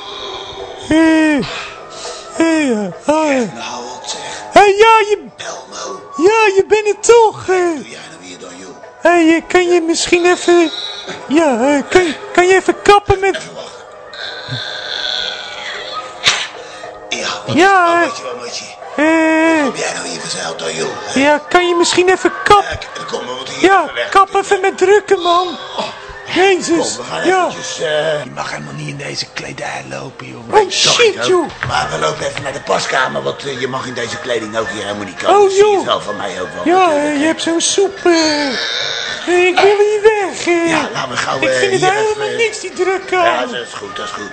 Speaker 18: Je bent het toch. Hey, kan je misschien even... kan je even kappen met...
Speaker 19: Wat moet je? Kom jij nou hier verzeild dan, joh?
Speaker 18: Ja, kan je misschien even kappen? Kap even met drukken, man. Jezus,
Speaker 19: Kom, we gaan eventjes, je mag helemaal niet in deze kledij lopen, joh.
Speaker 18: Oh, shit, joh.
Speaker 19: Maar we lopen even naar de paskamer, want je mag in deze kleding ook hier helemaal niet komen.
Speaker 18: Oh,
Speaker 19: Dat zie je
Speaker 18: joh.
Speaker 19: zelf van mij ook wel.
Speaker 18: Ja, je hebt zo'n soep. Ik wil hier weg.
Speaker 19: Ja, laten we gauw
Speaker 18: ik vind het
Speaker 19: hier
Speaker 18: helemaal
Speaker 19: even...
Speaker 18: niks, die drukkamer.
Speaker 19: Ja, dat is goed, dat is goed.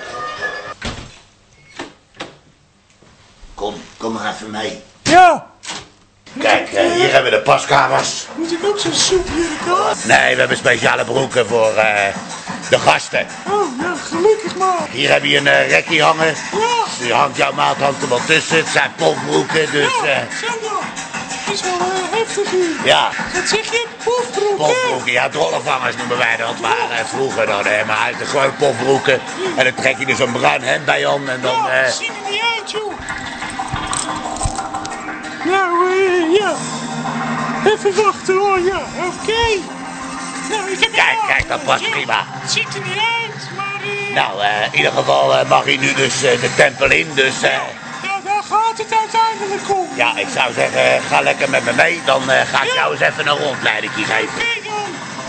Speaker 19: Kom maar even mee.
Speaker 18: Ja.
Speaker 19: Kijk, hier hebben we de paskamers.
Speaker 18: Moet ik ook zo'n soepjurk aan?
Speaker 19: Nee, we hebben speciale broeken voor De gasten.
Speaker 18: Oh, ja, gelukkig maar.
Speaker 19: Hier heb je een rekkie hangen.
Speaker 18: Ja.
Speaker 19: Die hangt jouw maat hangt er wel tussen. Het zijn pofbroeken, dus...
Speaker 18: Zo dan. Het is wel heftig hier.
Speaker 19: Ja.
Speaker 18: Wat zeg je? Pofbroeken?
Speaker 19: Pofbroeken, ja, drollevangers noemen wij dat. Waren vroeger dan, hè. Maar uit de gewoon pofbroeken. En dan trek je er zo'n bruin hemd bij aan en dan...
Speaker 18: Ja, dat ziet er niet uit, joh. Nou, ja. Even wachten hoor, ja. Oké. Nou, ik heb
Speaker 19: Kijk, dat past prima.
Speaker 18: Het ziet er niet uit, maar...
Speaker 19: Nou, in ieder geval mag hij nu dus de tempel in, dus...
Speaker 18: Ja, daar gaat het uiteindelijk om.
Speaker 19: Ja, ik zou zeggen, ga lekker met me mee. Dan ga ik jou eens even een rondleiding geven.
Speaker 18: Oké dan.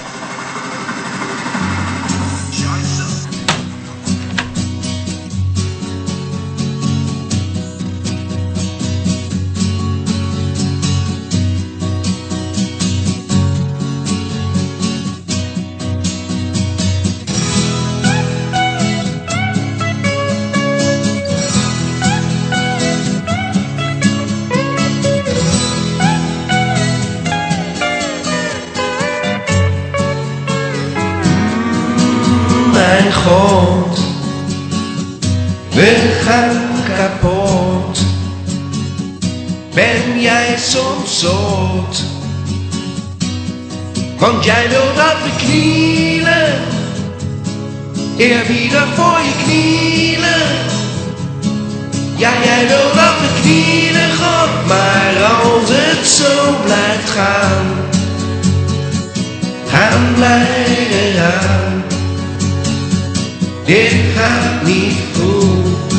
Speaker 1: Mijn God, we gaan kapot. Ben jij soms zot? Want jij wil dat we knielen, eerbiedig voor je knielen. Ja, jij wil dat we knielen, God, maar als het zo blijft gaan, gaan wij eraan. Dit gaat niet goed,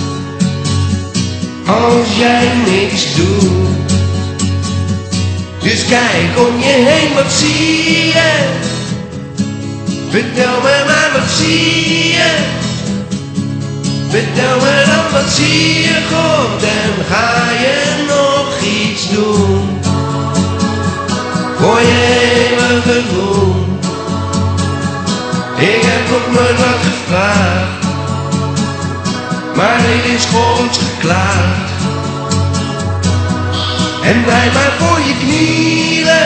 Speaker 1: als jij niks doet. Dus kijk om je heen, wat zie je? Vertel me maar, wat zie je? Vertel me dan, wat zie je, God? En ga je nog iets doen voor je eeuwige roem? Ik heb nog nooit wat gevraagd, maar dit is Gods geklaagd. En wij maar voor je knielen,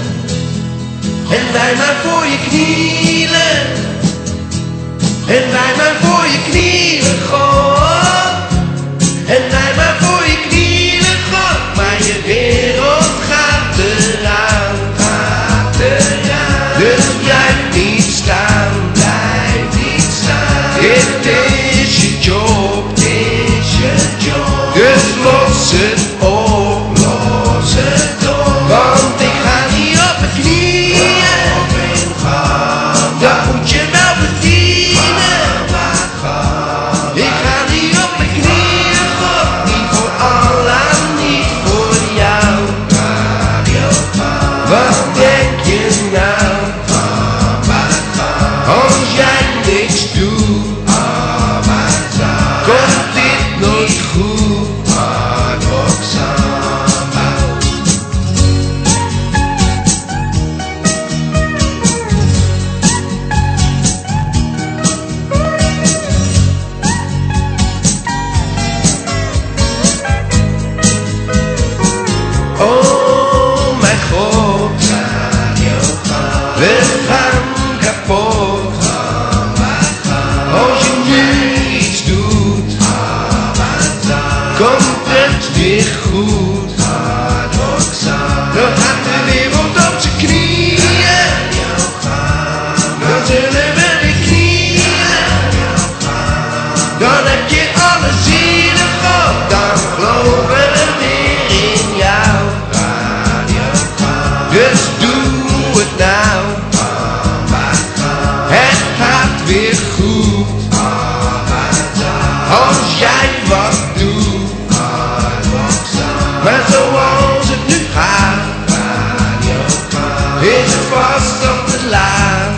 Speaker 1: en wij maar voor je knielen, en wij maar voor je knielen, God. En wij maar voor je knielen, God. Maar je wereld gaat eraan, dus blijf niet staan, dit is je job, dus los het op, want ik ga niet op mijn knieën, dat moet je wel verdienen. Ik ga niet op mijn knieën, God, niet voor Allah, niet voor jou. Wat denk je nou, als jij niks doet, komt dit nooit goed. Oh mijn God, we gaan kapot. Als je nu iets doet, komt het weer goed. Dan gaat de wereld op zijn knieën, dan zullen we weer knieën. Dan heb je alle zielen, God, dan geloven we weer in jou. Dus doe het nou, het gaat weer goed. Als jij wat doet, maar zoals het nu gaat, is het vast op de laan.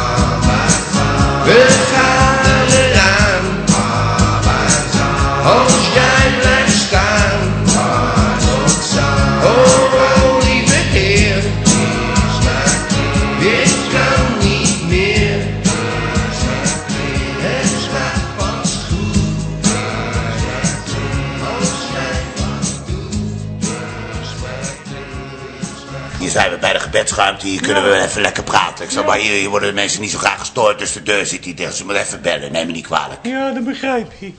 Speaker 1: We gaan eraan, als jij blijft staan. Oh lieve Heer, dit kan niet meer. Het gaat pas goed, als jij wat doet.
Speaker 19: Hier zijn we bij de gebedsgroep. dansruimte. Hier kunnen we even lekker praten. Ik zeg maar, hier worden de mensen niet zo graag gestoord. Dus de deur zit hier dicht. Ze moeten even bellen. Neem me niet kwalijk.
Speaker 18: Ja, dat begrijp ik.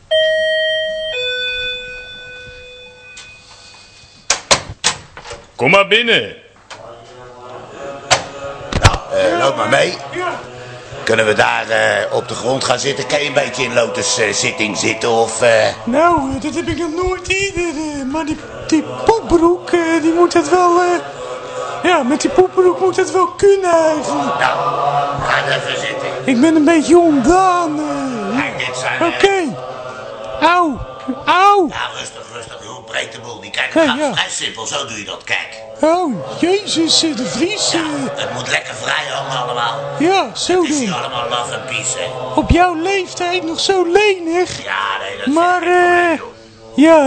Speaker 20: Kom maar binnen.
Speaker 19: Nou, loop maar mee. Kunnen we daar op de grond gaan zitten? Kan je een beetje in lotuszitting zitten of...
Speaker 18: Nou, dat heb ik nog nooit eerder. Maar die poepbroek, die moet het wel... Ja, met die poepbroek moet het wel kunnen eigenlijk.
Speaker 19: Nou, ga even zitten.
Speaker 18: Ik ben een beetje ontdaan.
Speaker 19: Kijk, dit zijn...
Speaker 18: Oké. Auw. Auw.
Speaker 19: Ja, rustig. Heel breed de boel. Kijk, het gaat vrij simpel. Zo doe je dat, kijk.
Speaker 18: Oh, jezus, de Vries.
Speaker 19: Ja, het moet lekker vrij hangen allemaal.
Speaker 18: Ja, zo doen.
Speaker 19: Het is hier allemaal love and peace, hè.
Speaker 18: Op jouw leeftijd nog zo lenig.
Speaker 19: Ja, nee, dat is
Speaker 18: maar,
Speaker 19: ja,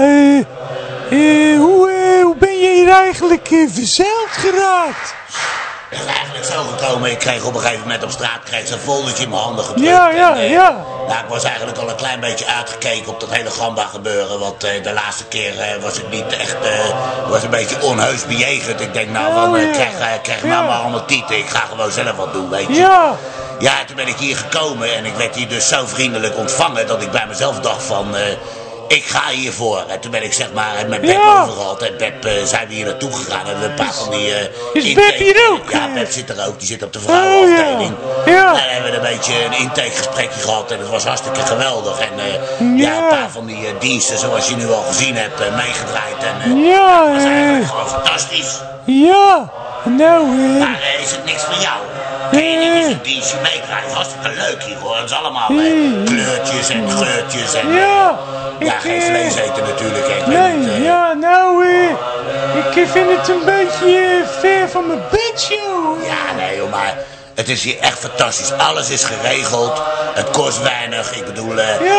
Speaker 18: hoe ben je hier eigenlijk verzeild geraakt?
Speaker 19: Het is eigenlijk zo gekomen. Ik kreeg op een gegeven moment op straat zo'n foldertje in mijn handen gedrukt.
Speaker 18: Ja.
Speaker 19: Nou, ik was eigenlijk al een klein beetje uitgekeken op dat hele gamba gebeuren. Want de laatste keer was ik niet echt... was een beetje onheus bejegend. Ik denk krijg nou maar allemaal tieten. Ik ga gewoon zelf wat doen, weet je. Ja, toen ben ik hier gekomen en ik werd hier dus zo vriendelijk ontvangen dat ik bij mezelf dacht van... ik ga hiervoor. En toen ben ik zeg maar met Beb overgehaald. En Beb zijn we hier naartoe gegaan. En we een paar van die...
Speaker 18: Is Beb hier ook?
Speaker 19: Ja, Beb zit er ook. Die zit op de vrouwenafdeling. En dan hebben we een beetje een intakegesprekje gehad. En dat was hartstikke geweldig. En een paar van die diensten zoals je nu al gezien hebt meegedraaid. En dat was eigenlijk gewoon fantastisch.
Speaker 18: Ja, nou...
Speaker 19: Maar is het niks voor jou? Eén is een dienstje meedraaien. Hartstikke leuk hier hoor. Het is allemaal kleurtjes en geurtjes en... Ja, geen vlees eten natuurlijk.
Speaker 18: Ik vind het een beetje ver van mijn bedshow.
Speaker 19: Ja, nee joh, maar het is hier echt fantastisch. Alles is geregeld. Het kost weinig. Ik bedoel...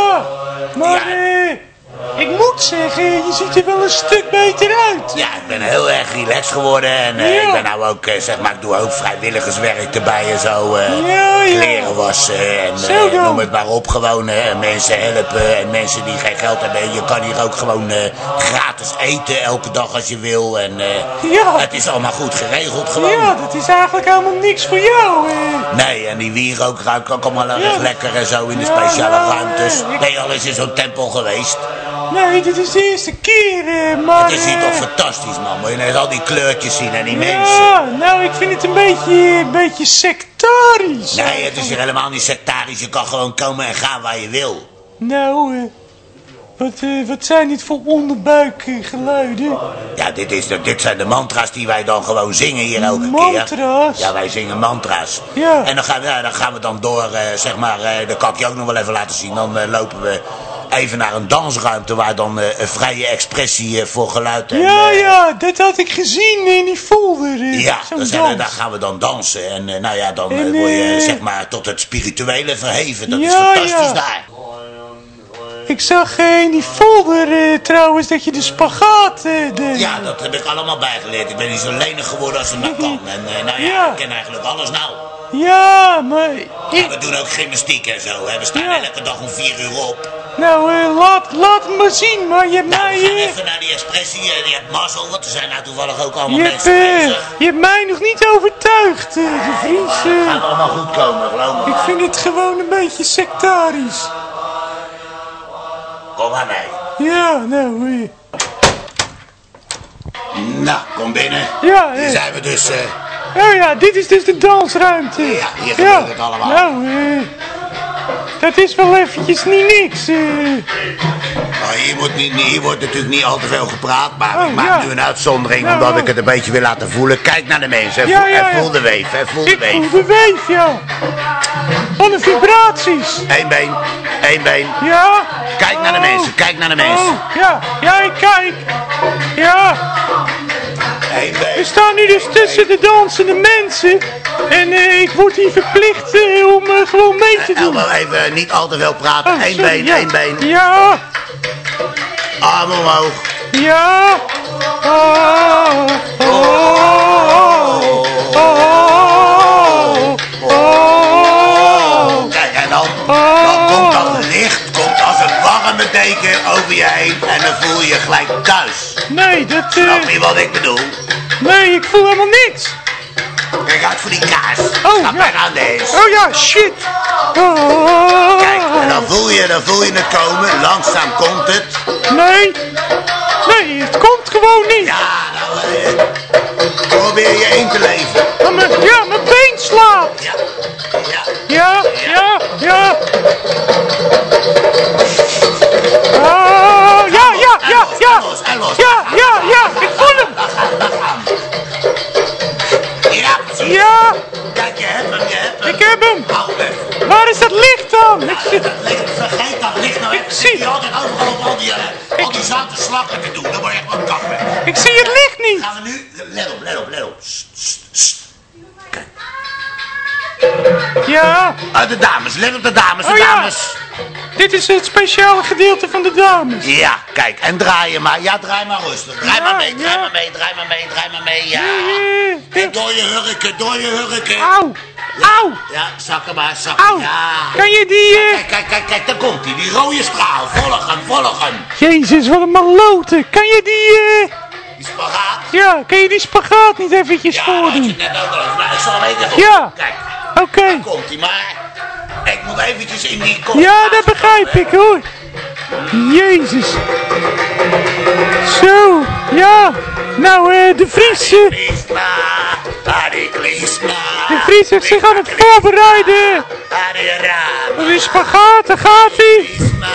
Speaker 18: ik moet zeggen, je ziet er wel een stuk beter uit.
Speaker 19: Ja, ik ben heel erg relaxed geworden. En ik ben nou ook, zeg maar, ik doe ook vrijwilligerswerk erbij en zo. Kleren wassen en noem het maar op. Gewoon mensen helpen en mensen die geen geld hebben. Je kan hier ook gewoon gratis eten elke dag als je wil. En het is allemaal goed geregeld gewoon.
Speaker 18: Ja, dat is eigenlijk helemaal niks voor jou.
Speaker 19: Nee, en die wierook ruikt ook allemaal erg lekker en zo in de speciale ruimtes. Ben je al eens in zo'n tempel geweest?
Speaker 18: Nee, dit is de eerste keer, maar...
Speaker 19: Het is hier toch fantastisch, man. Moet je net al die kleurtjes zien en die mensen.
Speaker 18: Ja, nou, ik vind het een beetje sectarisch.
Speaker 19: Nee, het is hier helemaal niet sectarisch. Je kan gewoon komen en gaan waar je wil.
Speaker 18: Nou, wat zijn dit voor onderbuikgeluiden?
Speaker 19: Ja, dit zijn de mantra's die wij dan gewoon zingen hier elke
Speaker 18: keer.
Speaker 19: Mantra's? Ja, wij zingen mantra's. Ja. En dan gaan we dan door, zeg maar, dat kan ik je ook nog wel even laten zien. Dan lopen we... even naar een dansruimte waar dan een vrije expressie voor geluid en...
Speaker 18: Ja, dat had ik gezien in die folder.
Speaker 19: Daar gaan we dan dansen. En dan word je zeg maar tot het spirituele verheven. Dat is fantastisch daar.
Speaker 18: Ik zag in die folder trouwens dat je de spagaat deed.
Speaker 19: Ja, dat heb ik allemaal bijgeleerd. Ik ben niet zo lenig geworden als het maar kan. En ik ken eigenlijk alles nou.
Speaker 18: Ja, maar...
Speaker 19: we doen ook gymnastiek en zo. Hè. We staan elke dag om 4 uur op.
Speaker 18: Nou, laat het maar zien, maar je hebt mij...
Speaker 19: We gaan even naar die expressie. Je hebt mazzel, want er zijn nou toevallig ook allemaal mensen bezig.
Speaker 18: Je hebt mij nog niet overtuigd, de Vries.
Speaker 19: Het gaat allemaal goed komen, geloof me.
Speaker 18: Ik vind het gewoon een beetje sectarisch.
Speaker 19: Kom maar mee.
Speaker 18: Ja, nou...
Speaker 19: Nou, kom binnen.
Speaker 18: Ja,
Speaker 19: hier zijn we dus...
Speaker 18: Oh ja, dit is dus de dansruimte.
Speaker 19: Ja, hier gebeurt het allemaal.
Speaker 18: Nou, dat is wel eventjes niet niks.
Speaker 19: Hier wordt natuurlijk niet al te veel gepraat, maar ik maak nu een uitzondering omdat ik het een beetje wil laten voelen. Kijk naar de mensen en voel de weef. Voel de weef.
Speaker 18: Ik voel de weef, ja. Alle vibraties.
Speaker 19: Eén been.
Speaker 18: Ja.
Speaker 19: Kijk naar de mensen, kijk naar de mensen.
Speaker 18: Ja, ik kijk. Ja. We staan nu dus tussen de dansende mensen. En ik word hier verplicht om gewoon mee te doen.
Speaker 19: Nou, even niet al te veel praten. Eén been.
Speaker 18: Ja.
Speaker 19: Arm omhoog.
Speaker 18: Ja.
Speaker 19: Kijk, en dan komt dat licht, komt als een warme deken over je heen. En dan voel je je gelijk thuis.
Speaker 18: Nee, dat...
Speaker 19: Snap je wat ik bedoel?
Speaker 18: Nee, ik voel helemaal niks.
Speaker 19: Kijk uit voor die kaas.
Speaker 18: Oh,
Speaker 19: Ga bijna aan deze.
Speaker 18: Oh ja, shit. Oh.
Speaker 19: Kijk, en dan voel je het komen. Langzaam komt het.
Speaker 18: Nee, het komt gewoon niet.
Speaker 19: Ja, nou, probeer je in te leven.
Speaker 18: Mijn been slaapt. Ja. Oh, ja, ik voel hem. Ja.
Speaker 19: Kijk, je hebt hem.
Speaker 18: Ik heb hem.
Speaker 19: Hou weg.
Speaker 18: Waar is dat licht dan?
Speaker 19: Vergeet dat licht nou even. Ik zie je altijd overal op al die zante slakken te doen. Dan word je echt wat kappen.
Speaker 18: Ik zie het licht niet.
Speaker 19: Gaan we nu? Let op. Kijk.
Speaker 18: Ja.
Speaker 19: De dames, let op de dames,
Speaker 18: Ja. Dit is het speciale gedeelte van de dames.
Speaker 19: Ja, kijk, en draai je maar. Ja, draai maar rustig. Draai maar mee. Ja. En door je hurken.
Speaker 18: Auw.
Speaker 19: Ja, zakken maar.
Speaker 18: Auw.
Speaker 19: Ja.
Speaker 18: Kan je die...
Speaker 19: Kijk, daar komt hij. Die rode straal. Volg hem.
Speaker 18: Jezus, wat een malote. Kan je die...
Speaker 19: Die spagaat.
Speaker 18: Ja, kan je die spagaat niet eventjes voordoen?
Speaker 19: Ja, net ook al even. Nou, ik zal hem even doen.
Speaker 18: Ja.
Speaker 19: Kijk.
Speaker 18: Oké.
Speaker 19: Daar komt hij maar. Ik moet eventjes in die kop.
Speaker 18: Ja, dat begrijp ik hoor. Jezus. Zo, ja. Nou, de Vries... De Vries heeft zich aan het voorbereiden. De spagaat, daar gaat hij.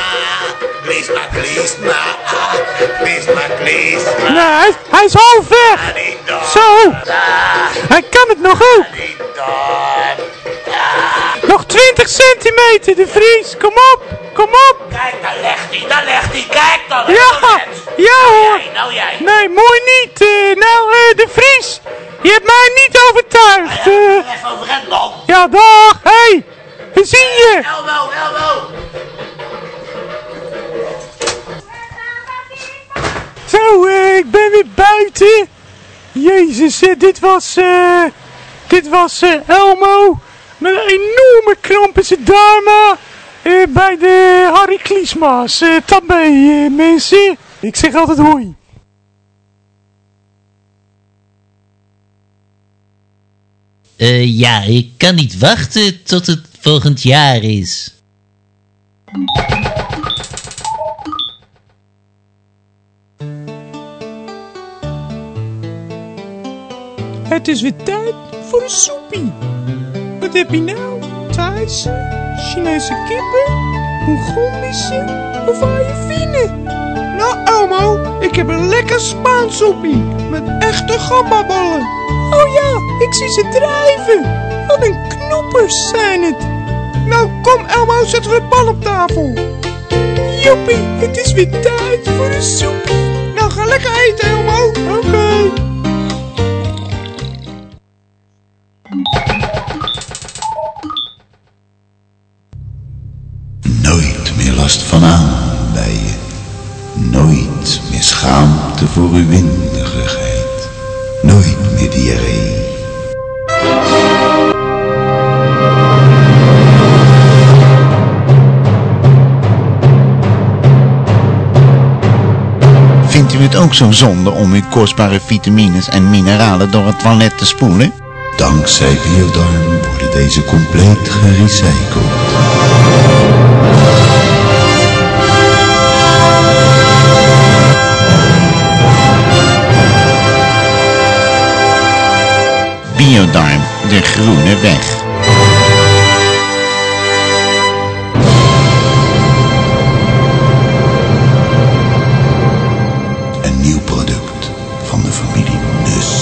Speaker 18: Nou, hij is half weg. Zo. Hij kan het nog ook. Nog 20 centimeter, de Vries. Kom op.
Speaker 19: Kijk, daar legt hij. Kijk dan.
Speaker 18: Ja hoor.
Speaker 19: Nou jij.
Speaker 18: Nee, mooi niet. De Vries. Je hebt mij niet overtuigd.
Speaker 19: Even over het land.
Speaker 18: Ja, dag. Hé, we zien je.
Speaker 19: Elbow.
Speaker 18: Zo, ik ben weer buiten. Jezus, dit was Elmo. Met een enorme kramp in zijn darmen. Bij de Harry Kliesma's. Tabé, mensen. Ik zeg altijd hoi.
Speaker 7: Ja, ik kan niet wachten tot het volgend jaar is.
Speaker 18: Het is weer tijd voor een soepie. Wat heb je nou? Thaise, Chinese kippen, Mongolische of Ayurveden?
Speaker 1: Nou Elmo, ik heb een lekker Spaans soepie met echte gambaballen.
Speaker 18: Oh ja, ik zie ze drijven. Wat een knoepers zijn het.
Speaker 1: Nou kom Elmo, zetten we de pan op tafel.
Speaker 18: Joepie, het is weer tijd voor een soepie.
Speaker 1: Nou ga lekker eten Elmo.
Speaker 18: Oké.
Speaker 5: Nooit meer last van aanbijen. Nooit meer schaamte voor uw winderigheid. Nooit meer diarree.
Speaker 20: Vindt u het ook zo zonde om uw kostbare vitamines en mineralen door het toilet te spoelen?
Speaker 5: Dankzij Biodarm worden deze compleet gerecycled.
Speaker 20: Biodarm, de groene weg.
Speaker 5: Een nieuw product van de familie Nus.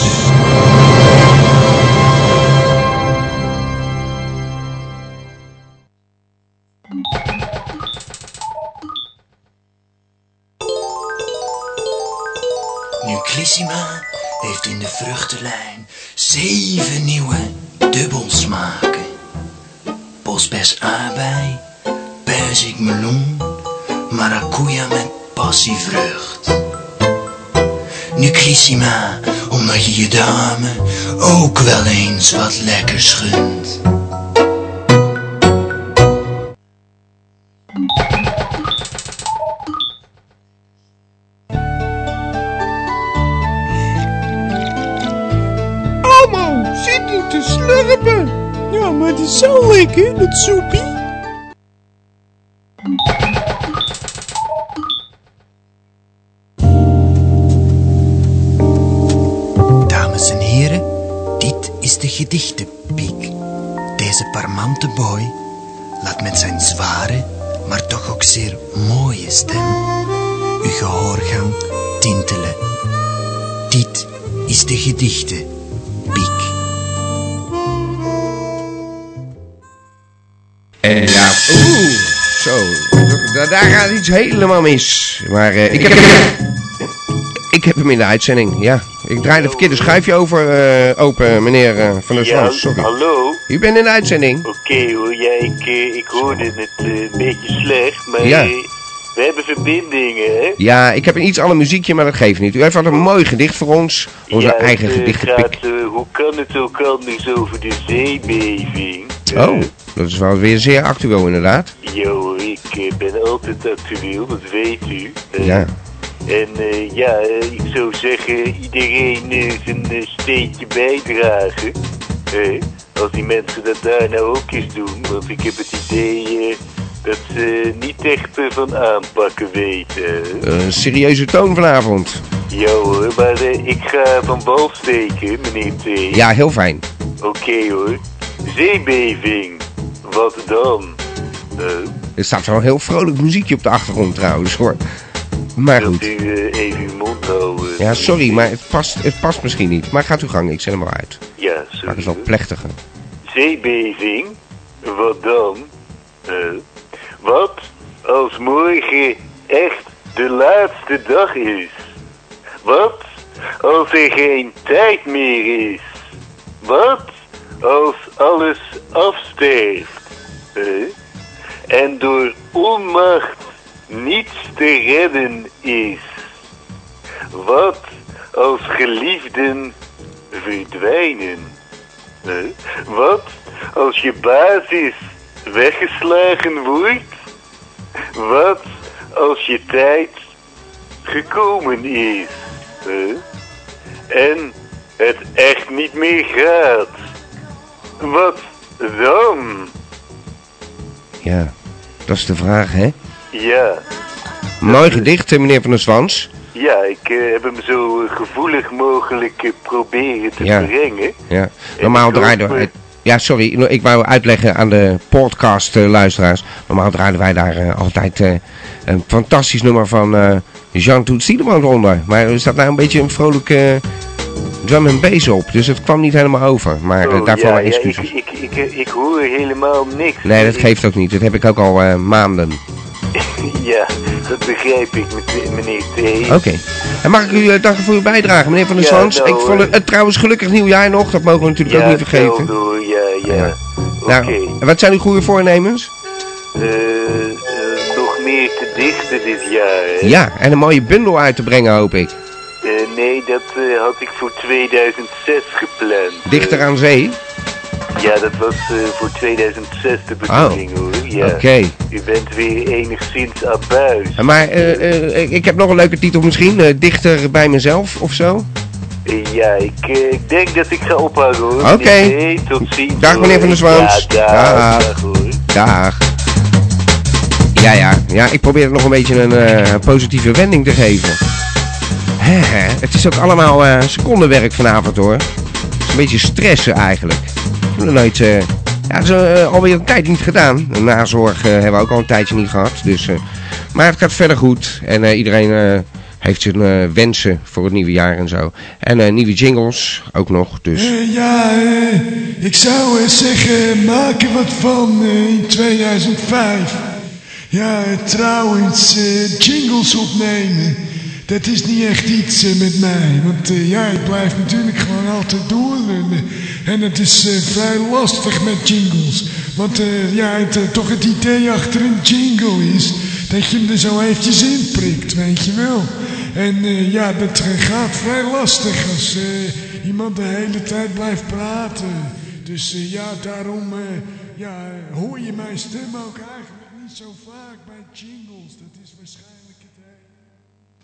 Speaker 21: Nuclissima heeft in de vruchtenlijn 7 nieuwe dubbelsmaken. Bosbes aardbei, perzik meloen, maracuja met passievrucht. Nuclissima, omdat je je dame ook wel eens wat lekkers gunt.
Speaker 18: Zo lekker, dat soepie.
Speaker 21: Dames en heren, dit is de gedichtenpiek. Deze parmante boy laat met zijn zware, maar toch ook zeer mooie stem uw gehoorgang tintelen. Dit is de gedichtenpiek.
Speaker 1: En ja, zo, daar gaat iets helemaal mis. Maar ik heb hem in de uitzending, ja. Ik draai de verkeerde schuifje open, meneer Van der Zwans. Sorry.
Speaker 2: Hallo?
Speaker 1: U bent in de uitzending.
Speaker 2: Oké hoor, ja, ik hoorde het een beetje slecht, maar
Speaker 1: Ja.
Speaker 2: we hebben verbindingen, hè?
Speaker 1: Ja, ik heb een iets ander muziekje, maar dat geeft niet. U heeft wat een mooi gedicht voor ons. Onze eigen gedichtenpiek.
Speaker 2: Hoe kan het ook anders over de zeebeving?
Speaker 1: Oh, dat is wel weer zeer actueel inderdaad.
Speaker 2: Ja hoor, ik ben altijd actueel, dat weet u.
Speaker 1: Ja.
Speaker 2: En ik zou zeggen, iedereen zijn steentje bijdragen. Als die mensen dat daar nou ook eens doen. Want ik heb het idee dat ze niet echt van aanpakken weten.
Speaker 1: Een serieuze toon vanavond.
Speaker 2: Ja hoor, maar ik ga van wal steken, meneer T.
Speaker 1: Ja, heel fijn.
Speaker 2: Oké hoor. Zeebeving. Wat dan?
Speaker 1: Er staat wel een heel vrolijk muziekje op de achtergrond trouwens, hoor. Maar goed.
Speaker 2: Wilt u even uw mond houden?
Speaker 1: Ja, sorry, maar het past misschien niet. Maar gaat uw gang, ik zet hem wel uit.
Speaker 2: Ja, sorry.
Speaker 1: Maar het is wel plechtiger.
Speaker 2: Zeebeving? Wat dan? Wat als morgen echt de laatste dag is? Wat als er geen tijd meer is? Wat als alles afsterft? En door onmacht niets te redden is? Wat als geliefden verdwijnen? Wat als je basis weggeslagen wordt? Wat als je tijd gekomen is? En het echt niet meer gaat? Wat dan?
Speaker 1: Ja, dat is de vraag, hè?
Speaker 2: Ja.
Speaker 1: Mooi gedicht, meneer Van der Zwans.
Speaker 2: Ja, ik heb hem zo gevoelig mogelijk proberen te brengen.
Speaker 1: Ja, normaal draaiden wij... Ja, sorry, ik wou uitleggen aan de podcast-luisteraars. Normaal draaiden wij daar altijd een fantastisch nummer van Jean-Toet Tiedemann onder. Maar er staat nou een beetje een vrolijke drum en bass op. Dus het kwam niet helemaal over. Maar daarvoor mijn excuses.
Speaker 2: Ik hoor helemaal niks.
Speaker 1: Nee, dat geeft ook niet. Dat heb ik ook al maanden.
Speaker 2: Ja, dat begrijp ik, meneer T.
Speaker 1: Oké. En mag ik u danken voor uw bijdrage, meneer Van der Zwans.
Speaker 2: Nou,
Speaker 1: ik vond het trouwens gelukkig nieuwjaar nog. Dat mogen we natuurlijk ook niet vergeten.
Speaker 2: Ja.
Speaker 1: Nou, en wat zijn uw goede voornemens?
Speaker 2: Nog meer te dichten dit jaar, hè?
Speaker 1: Ja, en een mooie bundel uit te brengen, hoop ik.
Speaker 2: Nee, dat had ik voor 2006 gepland.
Speaker 1: Dichter aan zee?
Speaker 2: Ja, dat was voor 2006 de bedoeling, hoor. Ja.
Speaker 1: Oké.
Speaker 2: U bent weer enigszins abuis.
Speaker 1: Maar ik heb nog een leuke titel misschien. Dichter bij mezelf, of zo?
Speaker 2: Ja, ik denk dat ik ga ophouden, hoor.
Speaker 1: Oké.
Speaker 2: Tot ziens.
Speaker 1: Dag, meneer Van der Zwans.
Speaker 2: Ja, dag, hoor.
Speaker 1: Dag. Ja, ik probeer het nog een beetje een positieve wending te geven. Het is ook allemaal secondenwerk vanavond, hoor. Het is een beetje stressen eigenlijk. Ik heb nog nooit... het is alweer een tijd niet gedaan. De nazorg hebben we ook al een tijdje niet gehad. Dus, maar het gaat verder goed. En iedereen heeft zijn wensen voor het nieuwe jaar en zo. En nieuwe jingles ook nog. Dus.
Speaker 22: Ik zou zeggen, maak er wat van in 2005. Ja, trouwens, jingles opnemen. Dat is niet echt iets met mij. Want ik blijf natuurlijk gewoon altijd doorrennen. En het is vrij lastig met jingles. Want toch het idee achter een jingle is dat je hem er zo eventjes in prikt, weet je wel. En dat gaat vrij lastig als iemand de hele tijd blijft praten. Dus daarom hoor je mijn stem ook eigenlijk niet zo vaak bij jingles. Dat is waarschijnlijk het hele.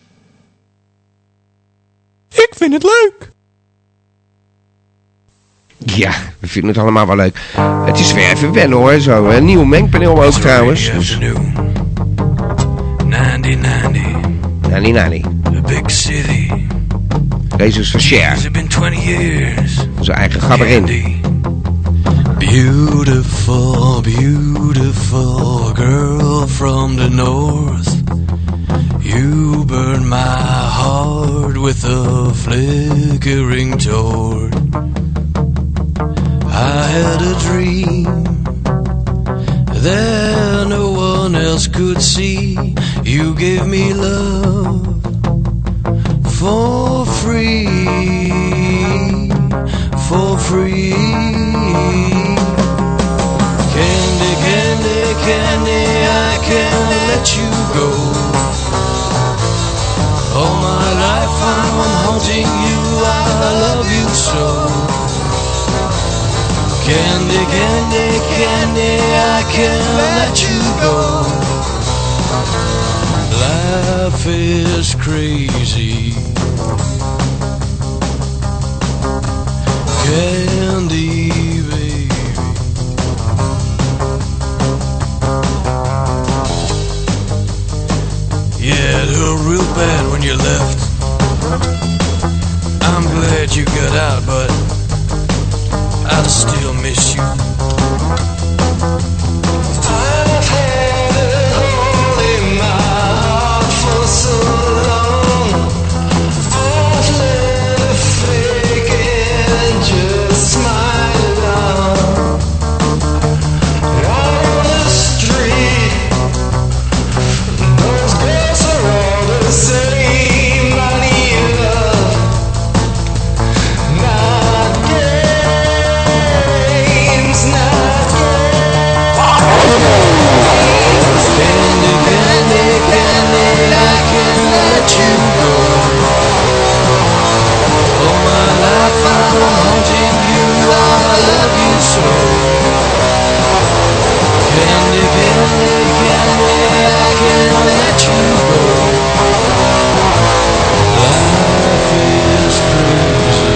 Speaker 18: Ik vind het leuk.
Speaker 1: Ja, we vinden het allemaal wel leuk. Het is weer even wennen hoor, zo. Een nieuw mengpaneel ook trouwens. Dus. 90.
Speaker 6: A big city.
Speaker 1: Deze is van Cher.
Speaker 6: It's been 20 years.
Speaker 1: Onze eigen gabberin.
Speaker 6: Beautiful, beautiful girl from the north. You burn my heart with a flickering torch. I had a dream that no one else could see. You gave me love for free, for free. Candy, candy, candy, I can't let you go. All my life I'm haunting you, I love you so. Candy, candy, candy, I can't let you go. Life is crazy. Candy, baby. Yeah, it hurt real bad when you left. I'm glad you got out, but I still miss you. I've had a hole in my heart for so long. I've let a fake and just smile on. On the street, those girls are all the same. Money love, not games, not games. Candy, candy, candy, I can't let you go. All my life I'm haunting you, I love you so. Candy, candy, candy, I can't let you go. Life is crazy.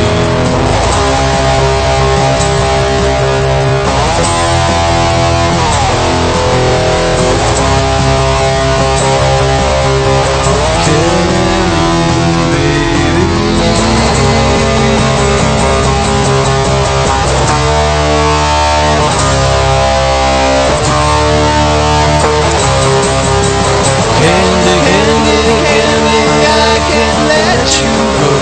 Speaker 6: Candy, candy, candy, I can't let you go.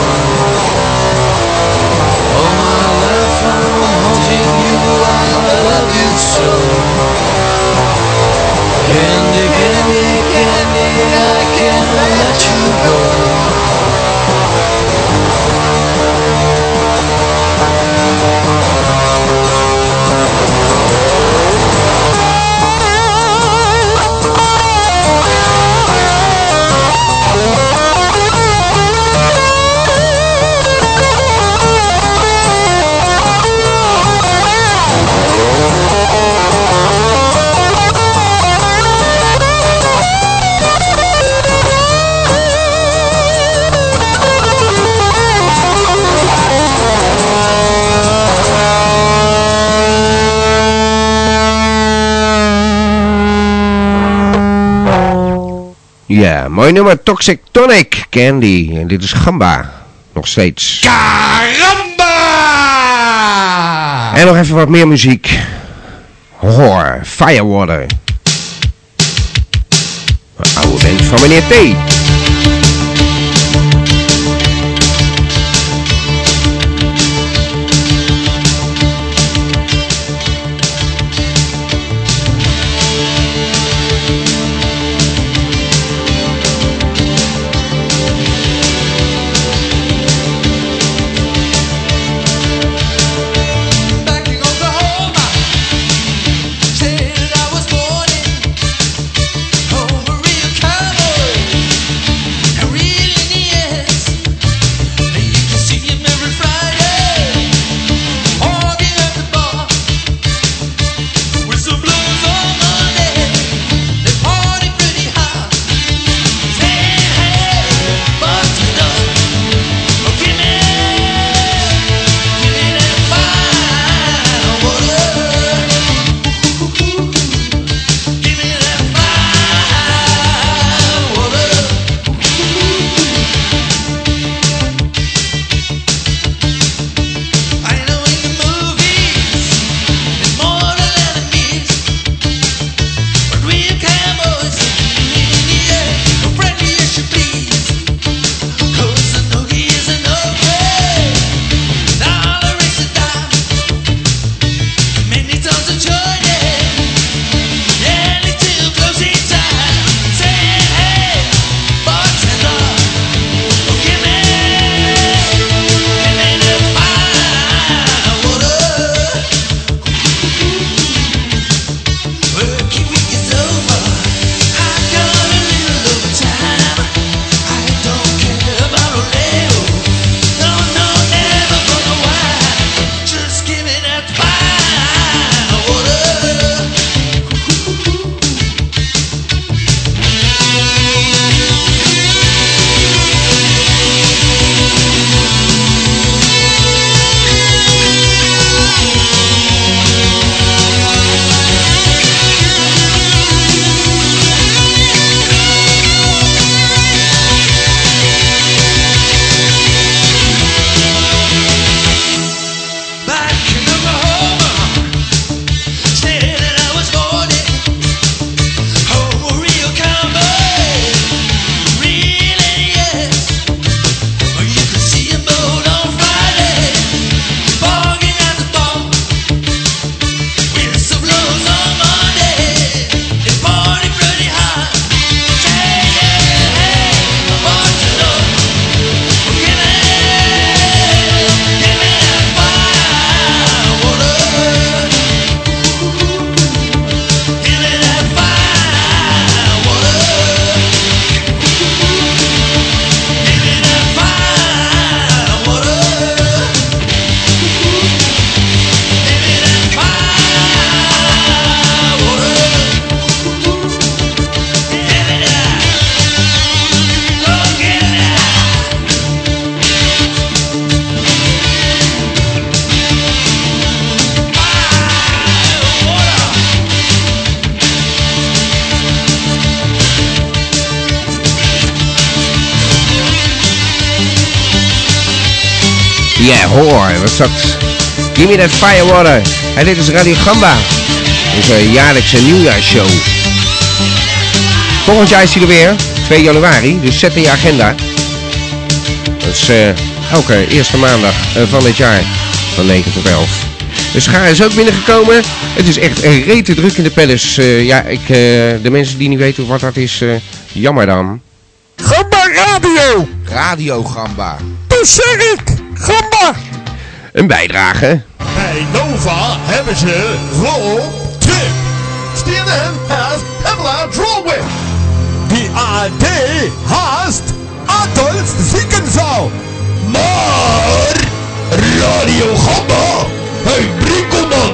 Speaker 6: All my life I'm haunting you, I love you so. Candy, candy, candy, I can't let you go.
Speaker 1: Ja, mooi nummer, Toxic Tonic, Candy. En dit is Gamba. Nog steeds.
Speaker 6: Caramba!
Speaker 1: En nog even wat meer muziek. Hoor, Firewater. Een oude band van meneer T.
Speaker 6: Said I was born in over real cowboy.
Speaker 1: Ja, hoor, wat is dat? Give me that firewater. En dit is Radio Gamba. Onze jaarlijkse nieuwjaarsshow. Volgend jaar is hij er weer. 2 januari, dus zet in je agenda. Dat is elke eerste maandag van het jaar. Van 9 tot 11. De schaar is ook binnengekomen. Het is echt een rete druk in de palace. De mensen die niet weten wat dat is, jammer dan.
Speaker 18: Gamba Radio!
Speaker 1: Radio Gamba.
Speaker 18: Dat zeg ik! Gamba!
Speaker 1: Een bijdrage.
Speaker 3: Bij Nova hebben ze Rob-Trip. CNN has Pamela Drolwich. Die ARD haast Adolf Ziekenzaal. Maar Radio Gamba, hey Brinkelman.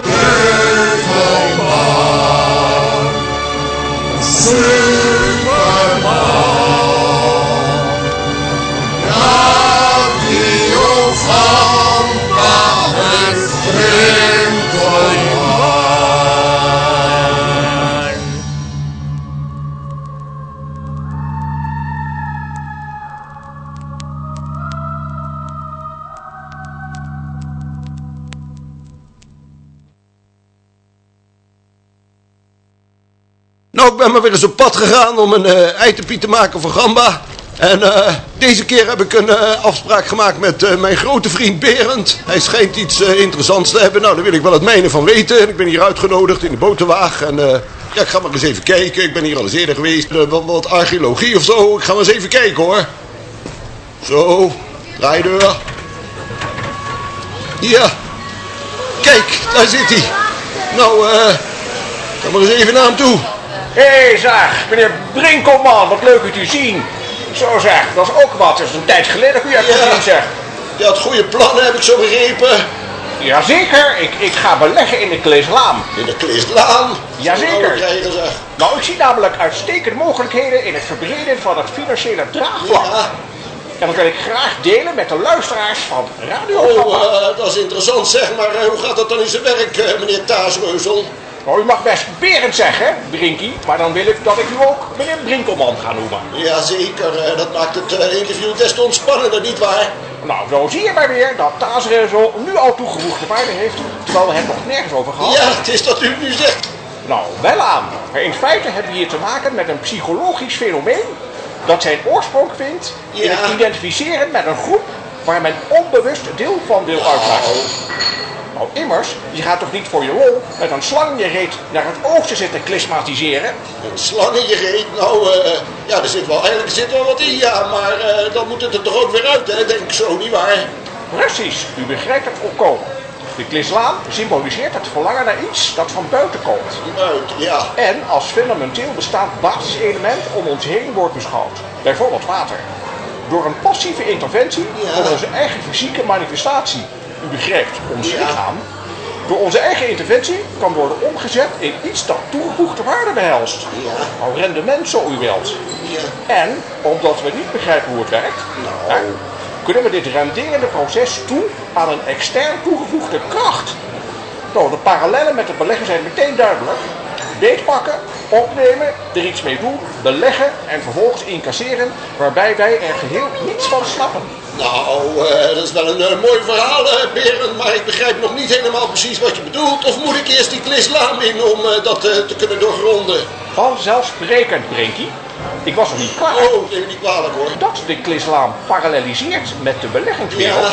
Speaker 4: Nou, ik ben maar weer eens op pad gegaan om een eitenpiet te maken voor Gamba. En deze keer heb ik een afspraak gemaakt met mijn grote vriend Berend. Hij schijnt iets interessants te hebben. Nou, daar wil ik wel het mijne van weten. En ik ben hier uitgenodigd in de boterwaag. En ja, ik ga maar eens even kijken. Ik ben hier al eens eerder geweest. Wat archeologie of zo. Ik ga maar eens even kijken, hoor. Zo, draaideur. Ja. Kijk, daar zit hij. Nou, ga maar eens even naar hem toe.
Speaker 23: Hé, zeg, meneer Brinkelman, wat leuk u te zien. Zo zeg, dat is ook wat. Dat is een tijd geleden dat u hebt gezien, zeg.
Speaker 4: Je had goede plannen, heb ik zo begrepen.
Speaker 23: Jazeker, ik ga beleggen in de Kleeslaan.
Speaker 4: In de Kleeslaan?
Speaker 23: Jazeker. Nou, ik zie namelijk uitstekende mogelijkheden in het verbreden van het financiële draagvlak. Ja. En dat wil ik graag delen met de luisteraars van Radio Gamba.
Speaker 4: Dat is interessant, zeg, maar hoe gaat dat dan in zijn werk, meneer Taasreuzel?
Speaker 23: Nou, u mag best Berend zeggen, Brinkie, maar dan wil ik dat ik u ook meneer Brinkelman ga noemen.
Speaker 4: Jazeker, dat maakt het interview des te ontspannender, nietwaar?
Speaker 23: Nou, zo zie je maar weer dat Taasreuzel nu al toegevoegde waarde heeft, terwijl we het nog nergens over gehad.
Speaker 4: Ja, het is dat u het nu zegt.
Speaker 23: Nou, wel aan. Maar in feite hebben we hier te maken met een psychologisch fenomeen dat zijn oorsprong vindt in het identificeren met een groep waar men onbewust deel van wil uitmaken. Nou immers, je gaat toch niet voor je lol met een slang in je reet naar het oosten zitten klismatiseren?
Speaker 4: Een slang in je reet? Nou, ja, er zit wel wat in, ja, maar dan moet het er toch ook weer uit, hè, denk ik zo, nietwaar?
Speaker 23: Precies, u begrijpt het volkomen. De Kleeslaan symboliseert het verlangen naar iets dat van buiten komt.
Speaker 4: Buiten, ja.
Speaker 23: En als fundamenteel bestaand basiselement om ons heen wordt beschouwd. Bijvoorbeeld water. Door een passieve interventie van onze eigen fysieke manifestatie, u begrijpt, ons lichaam, door onze eigen interventie kan worden omgezet in iets dat toegevoegde waarde behelst. Nou, rendement zo u wilt. En, omdat we niet begrijpen hoe het werkt, kunnen we dit renderende proces toe aan een extern toegevoegde kracht. Nou, de parallellen met het beleggen zijn meteen duidelijk. Beetpakken, opnemen, er iets mee doen, beleggen en vervolgens incasseren, waarbij wij er geheel niets van snappen.
Speaker 4: Nou, dat is wel een mooi verhaal, Berend, maar ik begrijp nog niet helemaal precies wat je bedoelt. Of moet ik eerst die Kleeslaan in om dat te kunnen doorgronden?
Speaker 23: Vanzelfsprekend, Brinkie. Ik was nog niet klaar.
Speaker 4: Oh, neem me niet kwalijk, hoor.
Speaker 23: Dat de Kleeslaan paralleliseert met de beleggingswereld,